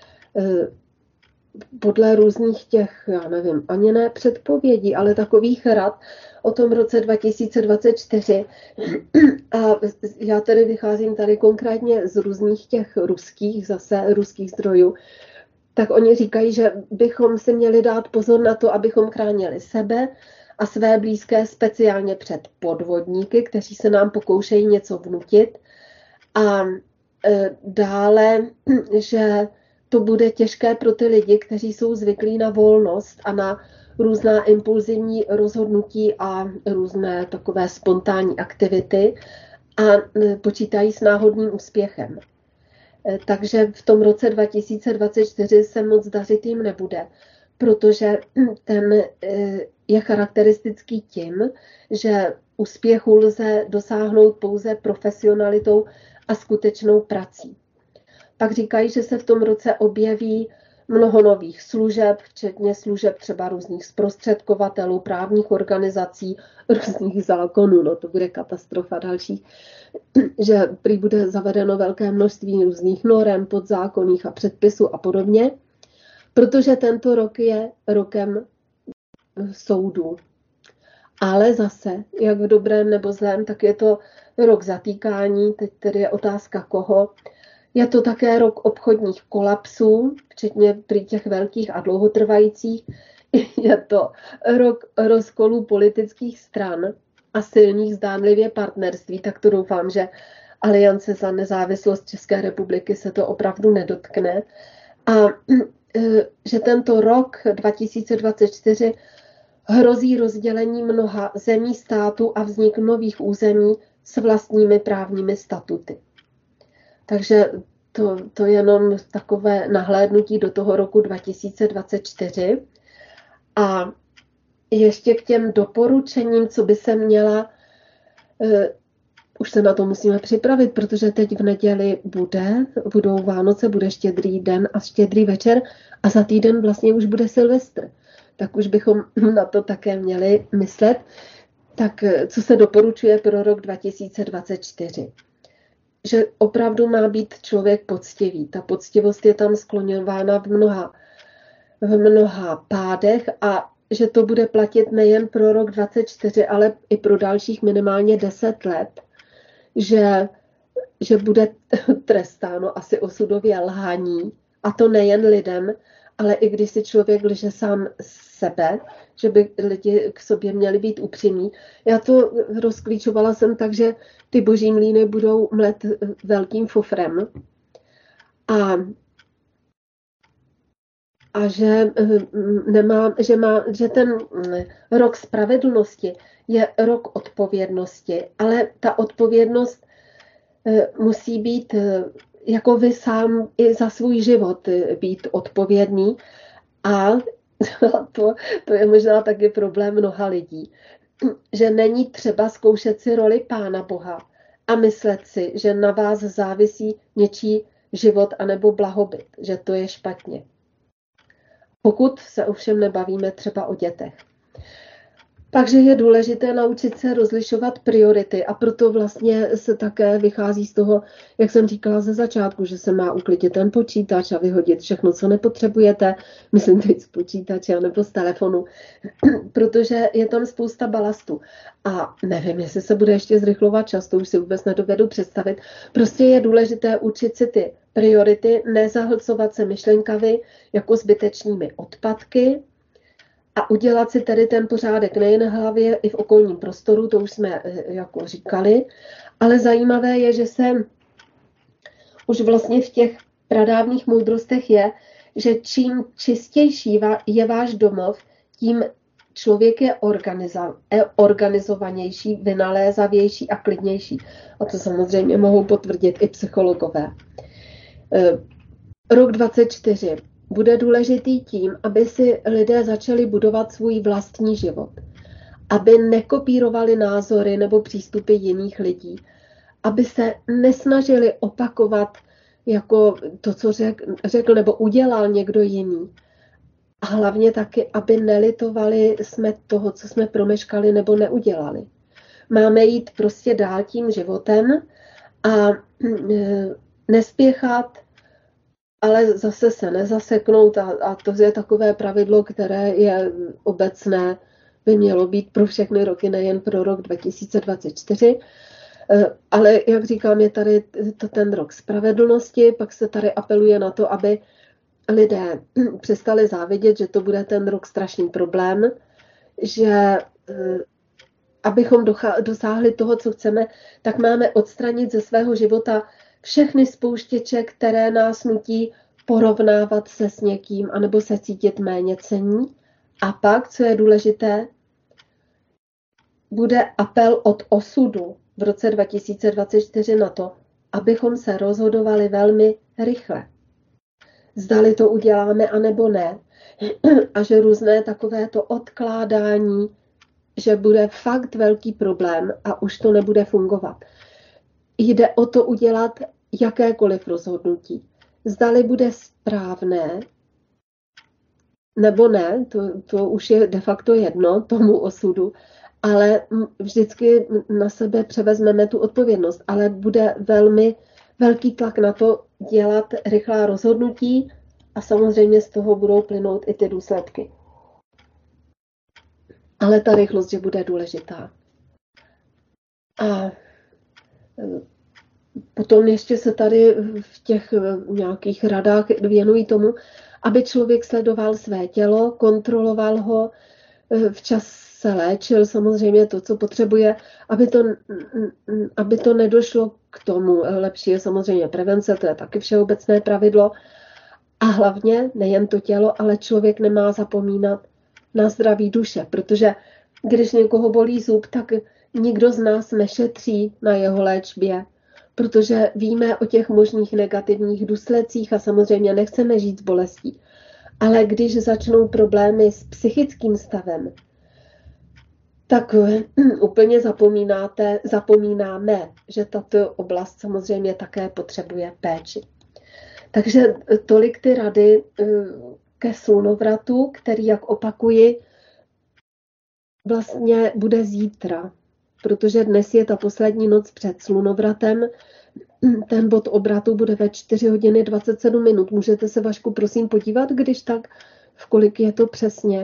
Podle různých těch, já nevím, ani ne předpovědí, ale takových rad o tom roce dva tisíce dvacet čtyři. A já tady vycházím tady konkrétně z různých těch ruských, zase ruských zdrojů, tak oni říkají, že bychom si měli dát pozor na to, abychom chránili sebe a své blízké speciálně před podvodníky, kteří se nám pokoušejí něco vnutit. A dále, že to bude těžké pro ty lidi, kteří jsou zvyklí na volnost a na různá impulzivní rozhodnutí a různé takové spontánní aktivity a počítají s náhodným úspěchem. Takže v tom roce dva tisíce dvacet čtyři se moc dařit jim nebude, protože ten je charakteristický tím, že úspěchu lze dosáhnout pouze profesionalitou a skutečnou prací. Pak říkají, že se v tom roce objeví mnoho nových služeb, včetně služeb třeba různých zprostředkovatelů, právních organizací, různých zákonů, no to bude katastrofa dalších, že prý bude zavedeno velké množství různých norem, podzákonných a předpisů a podobně, protože tento rok je rokem soudů. Ale zase, jak v dobrém nebo zlém, tak je to rok zatýkání, teď tedy je otázka koho. Je to také rok obchodních kolapsů, včetně prý těch velkých a dlouhotrvajících. Je to rok rozkolů politických stran a silných zdánlivě partnerství, tak to doufám, že Aliance za nezávislost České republiky se to opravdu nedotkne. A že tento rok dva tisíce dvacet čtyři hrozí rozdělení mnoha zemí, států a vznik nových území s vlastními právními statuty. Takže to, to je jenom takové nahlédnutí do toho roku dva tisíce dvacet čtyři. A ještě k těm doporučením, co by se měla, uh, už se na to musíme připravit, protože teď v neděli bude, budou Vánoce, bude štědrý den a štědrý večer a za týden vlastně už bude Silvestr. Tak už bychom na to také měli myslet. Tak co se doporučuje pro rok dva tisíce dvacet čtyři? Že opravdu má být člověk poctivý. Ta poctivost je tam skloňována v mnoha, v mnoha pádech a že to bude platit nejen pro rok dvacet čtyři, ale i pro dalších minimálně deset let. Že, že bude trestáno asi osudově lhaní, a to nejen lidem, ale i když si člověk lže sám sebe, že by lidi k sobě měli být upřímní. Já to rozklíčovala jsem tak, že ty boží mlýny budou mlet velkým fofrem a, a že, nemá, že, má, že ten rok spravedlnosti je rok odpovědnosti, ale ta odpovědnost musí být jako vy sám i za svůj život být odpovědný a to, to je možná taky problém mnoha lidí, že není třeba zkoušet si roli Pána Boha a myslet si, že na vás závisí něčí život anebo blahobyt, že to je špatně. Pokud se ovšem nebavíme třeba o dětech. Takže je důležité naučit se rozlišovat priority a proto vlastně se také vychází z toho, jak jsem říkala ze začátku, že se má uklidit ten počítač a vyhodit všechno, co nepotřebujete, myslím teď z počítače nebo z telefonu, protože je tam spousta balastu. A nevím, jestli se bude ještě zrychlovat čas, to už si vůbec nedovedu představit. Prostě je důležité učit si ty priority, nezahlcovat se myšlenkami jako zbytečnými odpadky, a udělat si tedy ten pořádek nejen v hlavě, i v okolním prostoru, to už jsme jako říkali, ale zajímavé je, že se už vlastně v těch pradávných moudrostech je, že čím čistější je váš domov, tím člověk je organizovanější, vynalézavější a klidnější. A to samozřejmě mohou potvrdit i psychologové. Rok dvacet čtyři. Bude důležitý tím, aby si lidé začali budovat svůj vlastní život. Aby nekopírovali názory nebo přístupy jiných lidí. Aby se nesnažili opakovat jako to, co řek, řekl nebo udělal někdo jiný. A hlavně taky, aby nelitovali jsme toho, co jsme promeškali nebo neudělali. Máme jít prostě dál tím životem a nespěchat, ale zase se nezaseknout a, a to je takové pravidlo, které je obecné, by mělo být pro všechny roky, nejen pro rok dva tisíce dvacet čtyři. Ale jak říkám, je tady to ten rok spravedlnosti, pak se tady apeluje na to, aby lidé přestali závidět, že to bude ten rok strašný problém, že abychom dosáhli toho, co chceme, tak máme odstranit ze svého života všechny spouštěče, které nás nutí porovnávat se s někým anebo se cítit méně cenní. A pak, co je důležité, bude apel od osudu v roce dva tisíce dvacet čtyři na to, abychom se rozhodovali velmi rychle. Zdali to uděláme, anebo ne. A že různé takovéto odkládání, že bude fakt velký problém a už to nebude fungovat. Jde o to udělat jakékoliv rozhodnutí. Zdali bude správné, nebo ne, to, to už je de facto jedno tomu osudu, ale vždycky na sebe převezmeme tu odpovědnost, ale bude velmi velký tlak na to dělat rychlá rozhodnutí a samozřejmě z toho budou plynout i ty důsledky. ale ta rychlost, že bude důležitá. A potom ještě se tady v těch nějakých radách věnují tomu, aby člověk sledoval své tělo, kontroloval ho, včas se léčil samozřejmě to, co potřebuje, aby to, aby to nedošlo k tomu. Lepší je samozřejmě prevence, to je taky všeobecné pravidlo. A hlavně nejen to tělo, ale člověk nemá zapomínat na zdraví duše, protože když někoho bolí zub, tak nikdo z nás nešetří na jeho léčbě, protože víme o těch možných negativních důsledcích a samozřejmě nechceme žít s bolestí. Ale když začnou problémy s psychickým stavem, tak úplně zapomínáte, zapomínáme, že tato oblast samozřejmě také potřebuje péči. Takže tolik ty rady ke slunovratu, který, jak opakuji, vlastně bude zítra, protože dnes je ta poslední noc před slunovratem. Ten bod obratu bude ve čtyři hodiny dvacet sedm minut. Můžete se, Vašku, prosím podívat, když tak, v kolik je to přesně.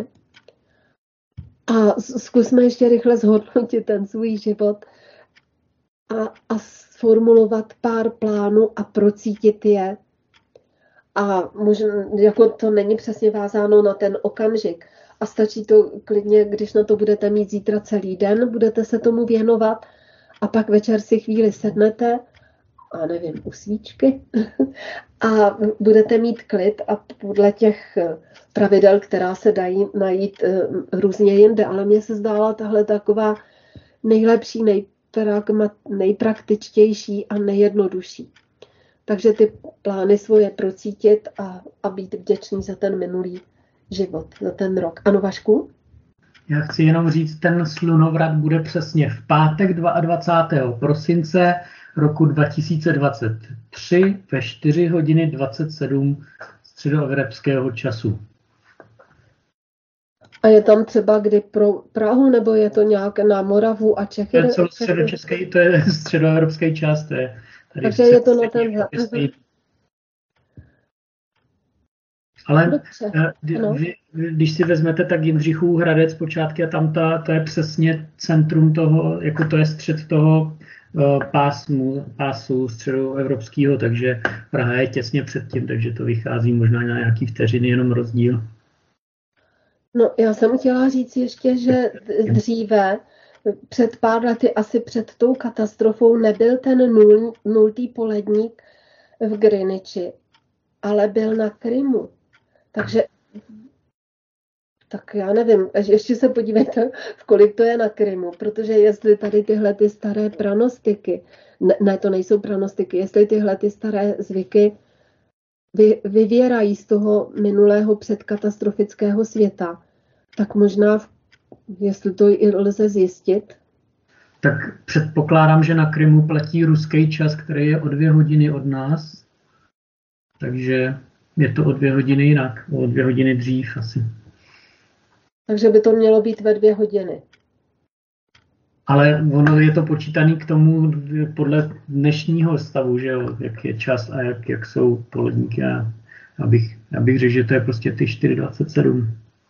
A zkusme ještě rychle zhodnotit ten svůj život a, a sformulovat pár plánů a procítit je. A možná, jako to není přesně vázáno na ten okamžik. A stačí to klidně, když na to budete mít zítra celý den, budete se tomu věnovat a pak večer si chvíli sednete a nevím, u svíčky a budete mít klid a podle těch pravidel, která se dají najít různě jinde, ale mně se zdála tahle taková nejlepší, nejpragma, nejpraktičtější a nejjednodušší. Takže ty plány svoje procítit a, a být vděčný za ten minulý život, za ten rok. Ano, Vašku? Já chci jenom říct, ten slunovrat bude přesně v pátek dvacátého druhého prosince roku dva tisíce dvacet tři ve čtyři hodiny dvacet sedm středoevropského času. A je tam třeba kdy pro Prahu, nebo je to nějak na Moravu a Čechy? To je celostředočeský, to je středoevropský čas, to je tady. Takže je to na tenhle. Ale Dobře, vy, když si vezmete, tak Jindřichův Hradec počátky a tam ta, to je přesně centrum toho, jako to je střed toho uh, pásmu, pásu středoevropského, takže Praha je těsně před tím, takže to vychází možná na nějaký vteřiny jenom rozdíl. No, já jsem chtěla říct ještě, že dříve, před pár lety, asi před tou katastrofou, nebyl ten nul, nultý poledník v Greenwichi, ale byl na Krymu. Takže, tak já nevím, ještě se podívejte, v kolik to je na Krymu, protože jestli tady tyhle ty staré pranostiky, ne, ne to nejsou pranostiky, jestli tyhle ty staré zvyky vy, vyvěrají z toho minulého předkatastrofického světa, tak možná, jestli to i lze zjistit. Tak předpokládám, že na Krymu platí ruský čas, který je o dvě hodiny od nás, takže je to o dvě hodiny jinak, o dvě hodiny dřív asi. Takže by to mělo být ve dvě hodiny. Ale ono je to počítané k tomu podle dnešního stavu, že jo, jak je čas a jak, jak jsou poledníky. Já, abych, abych řekl, že to je prostě ty čtyři dvacet sedm.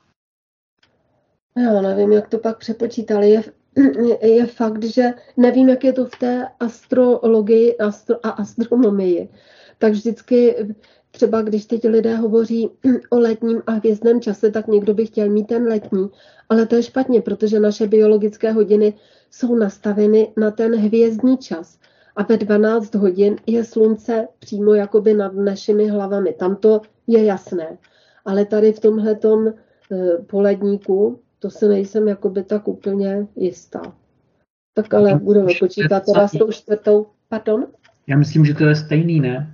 Já nevím, jak to pak přepočítali. Je, je, je fakt, že nevím, jak je to v té astrologii astro, a astronomii. Tak vždycky třeba když teď lidé hovoří o letním a hvězdném čase, tak někdo by chtěl mít ten letní, ale to je špatně, protože naše biologické hodiny jsou nastaveny na ten hvězdní čas. A ve dvanáct hodin je slunce přímo jakoby nad našimi hlavami. Tam to je jasné. Ale tady v tomhletom poledníku, to se nejsem jakoby tak úplně jistá. Tak ale budeme počítat teda s tou čtvrtou. Pardon? Já myslím, že to je stejný, ne?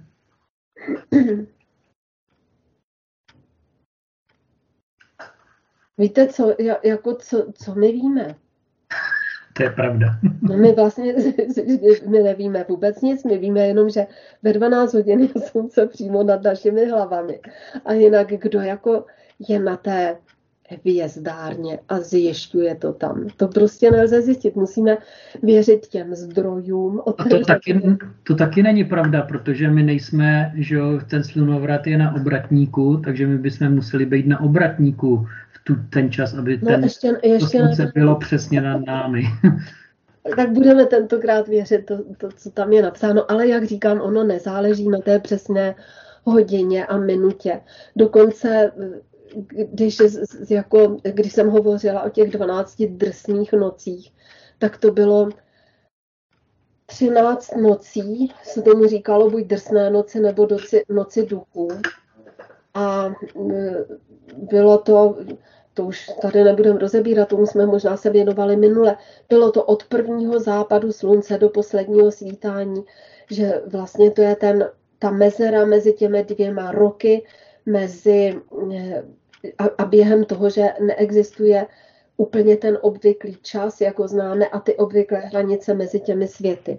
Víte, co, jako co, co my víme? To je pravda. No my vlastně my nevíme vůbec nic, my víme jenom, že ve dvanáct hodin je slunce přímo nad našimi hlavami. A jinak kdo jako je na té hvězdárně a zjišťuje to tam. To prostě nelze zjistit. Musíme věřit těm zdrojům. A to taky, to taky není pravda, protože my nejsme, že jo, ten slunovrat je na obratníku, takže my bychom museli být na obratníku v tu, ten čas, aby No, ten, ještě, to ještě slunce ne- bylo přesně nad námi. Tak budeme tentokrát věřit to, to, co tam je napsáno, ale jak říkám, ono nezáleží na té přesné hodině a minutě. Dokonce, když, jako, když jsem hovořila o těch dvanácti drsných nocích, tak to bylo třináct nocí, se tomu říkalo buď drsné noci nebo noci, noci duchů. A bylo to, to už tady nebudeme rozebírat, tomu jsme možná se věnovali minule, bylo to od prvního západu slunce do posledního svítání, že vlastně to je ten, ta mezera mezi těmi dvěma roky, mezi, a, a během toho, že neexistuje úplně ten obvyklý čas, jako známe, a ty obvyklé hranice mezi těmi světy.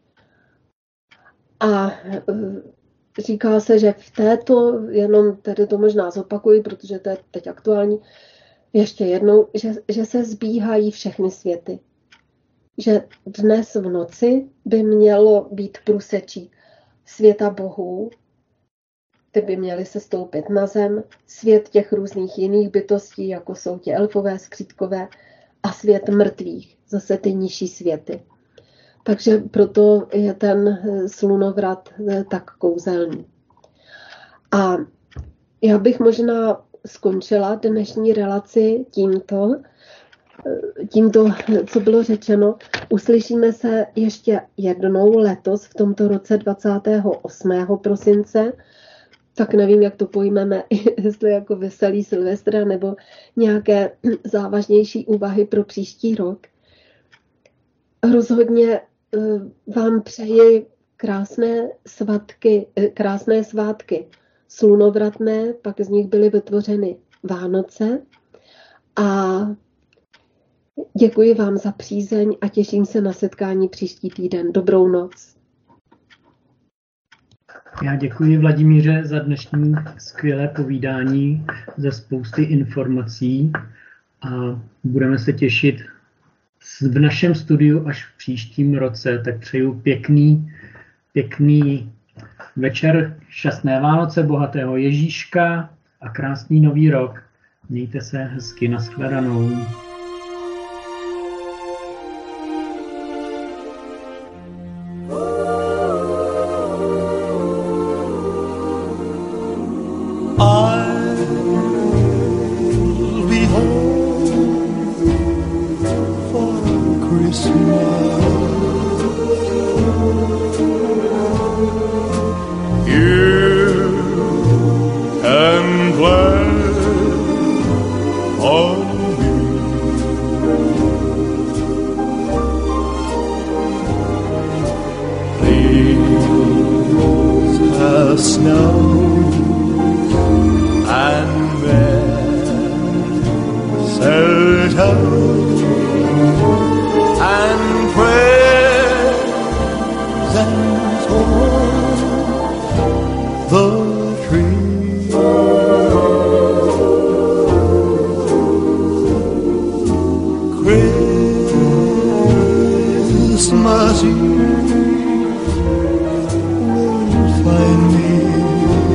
A říká se, že v této, jenom tedy to možná zopakuji, protože to je teď aktuální, ještě jednou, že, že se zbíhají všechny světy. Že dnes v noci by mělo být průsečí světa bohů, ty by měly se stoupit na zem, svět těch různých jiných bytostí, jako jsou ti elfové, skřítkové, a svět mrtvých, zase ty nižší světy. Takže proto je ten slunovrat tak kouzelný. A já bych možná skončila dnešní relaci tímto, tímto, co bylo řečeno. Uslyšíme se ještě jednou letos v tomto roce dvacátého osmého prosince. Tak nevím, jak to pojmeme, jestli jako veselý Silvestra nebo nějaké závažnější úvahy pro příští rok. Rozhodně vám přeji krásné svatky, krásné svátky slunovratné, pak z nich byly vytvořeny Vánoce a děkuji vám za přízeň a těším se na setkání příští týden. Dobrou noc. Já děkuji Vladimíře za dnešní skvělé povídání, za spousty informací a budeme se těšit v našem studiu až v příštím roce. Tak přeju pěkný, pěkný večer, šťastné Vánoce, bohatého Ježíška a krásný nový rok. Mějte se hezky, nashledanou. Christmas Eve will find me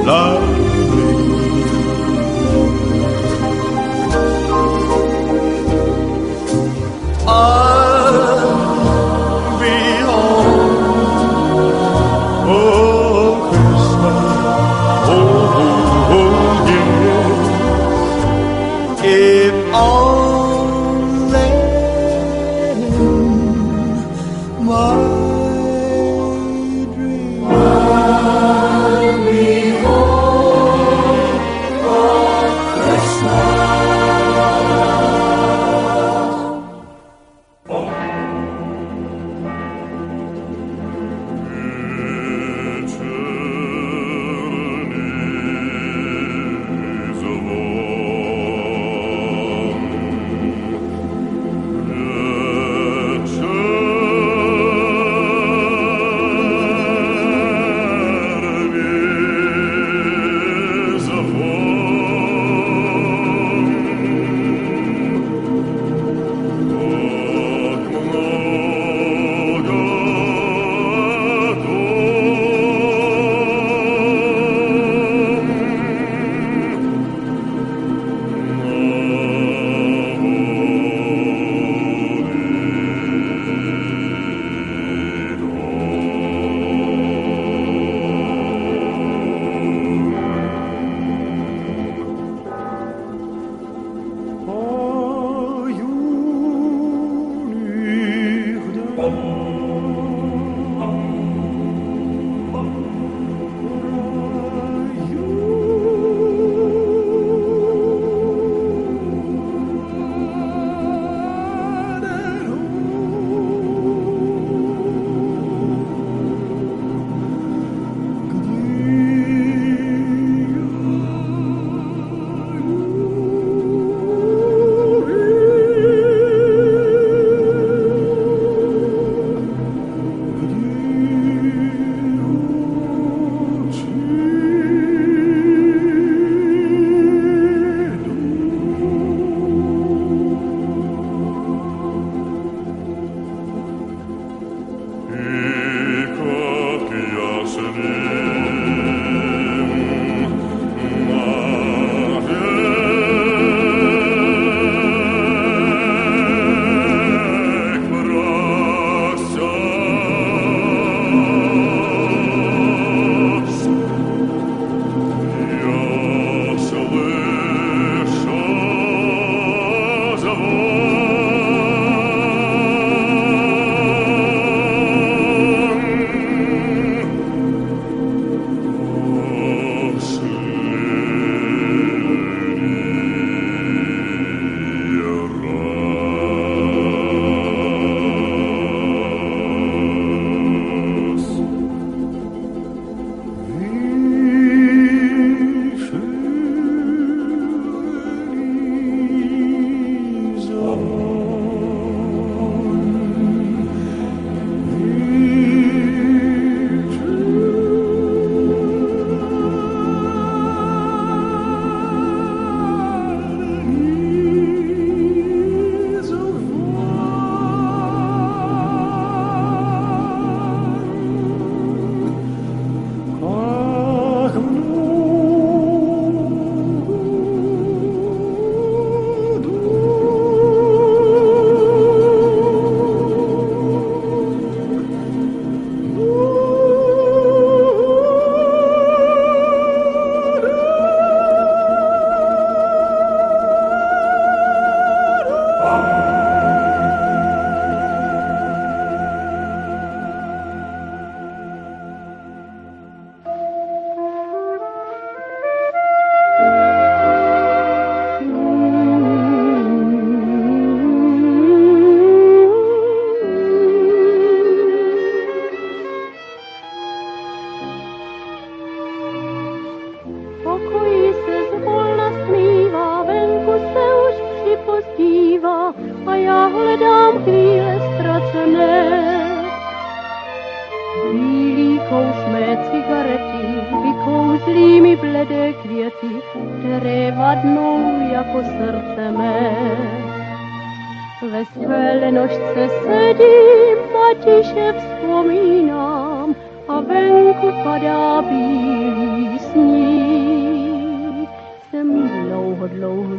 Vzpomínám a venku padá bílý sníh.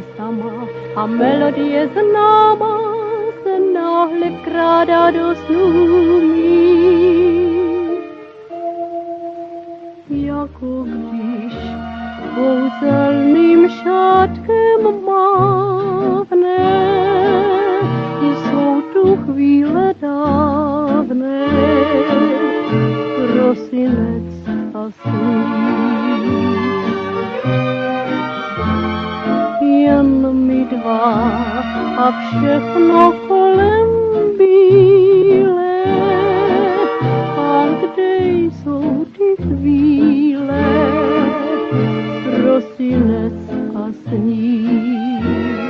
sama a melodie známá se náhle vkrádá do snů mých. Jako když kouzelným šátkem mávne, jsou tu chvíle dávné, prosinec a sníh. Jen my dva a všechno kolem bílé, a kde jsou ty chvíle, prosinec a sníh.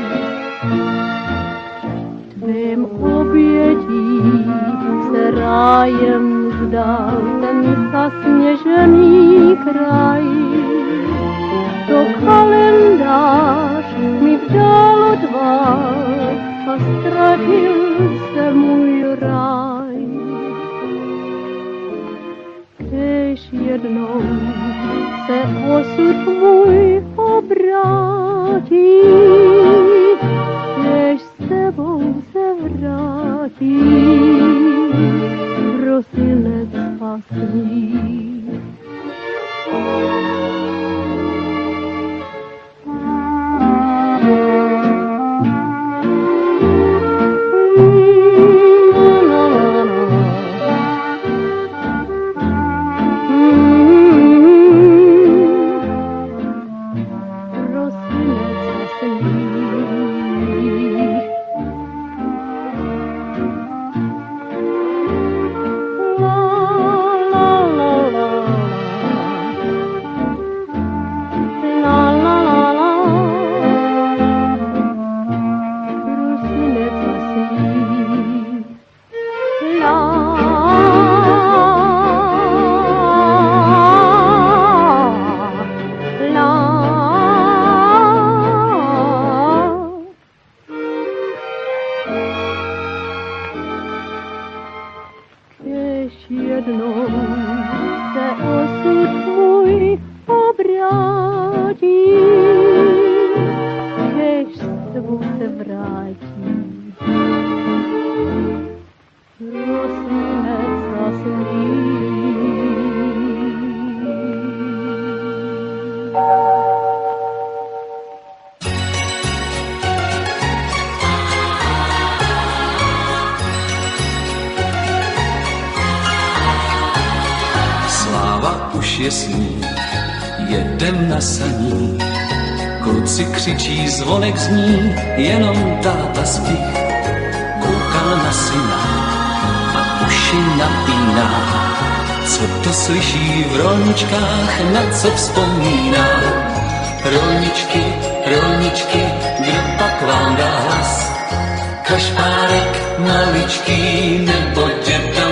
Tvým obětí se rájem zdál ten zasněžený kraj. To kalendář mi vdal odvar a ztratil se můj ráj. Když jednou se osud můj obrátí, když s tebou se vrátí, prosinec a sníh. Křičí, zvonek zní, jenom táta spí. Koukal na syna a uši napíná. Co to slyší v rolničkách, na co vzpomíná? Rolničky, rolničky, kdo pak vám dá hlas? Kašpárek maličký nebo děda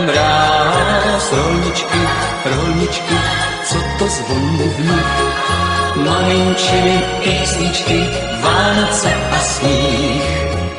Mráz? Rolničky, rolničky, co to zvoní v nich? Maminčiny, písničky, Vánoce a sníh.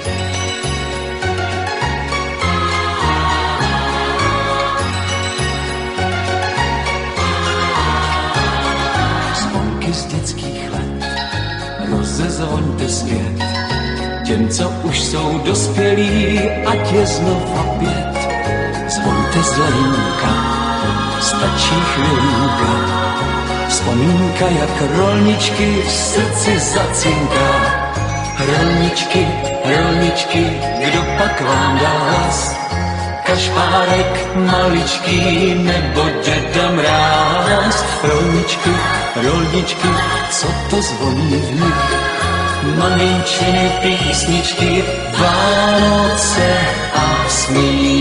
Zvonky z dětských let rozezvoňte zpět. Těm, co už jsou dospělí, ať je znova pět. Zvonte zlenka, stačí chvilka. Vzpomínka, jak rolničky v srdci zacinká. Rolničky, rolničky, kdo pak vám dá hlas? Kašpárek maličký nebo děda Mráz? Rolničky, rolničky, co to zvoní v nich? Maminčiny, písničky, Vánoce a sníh.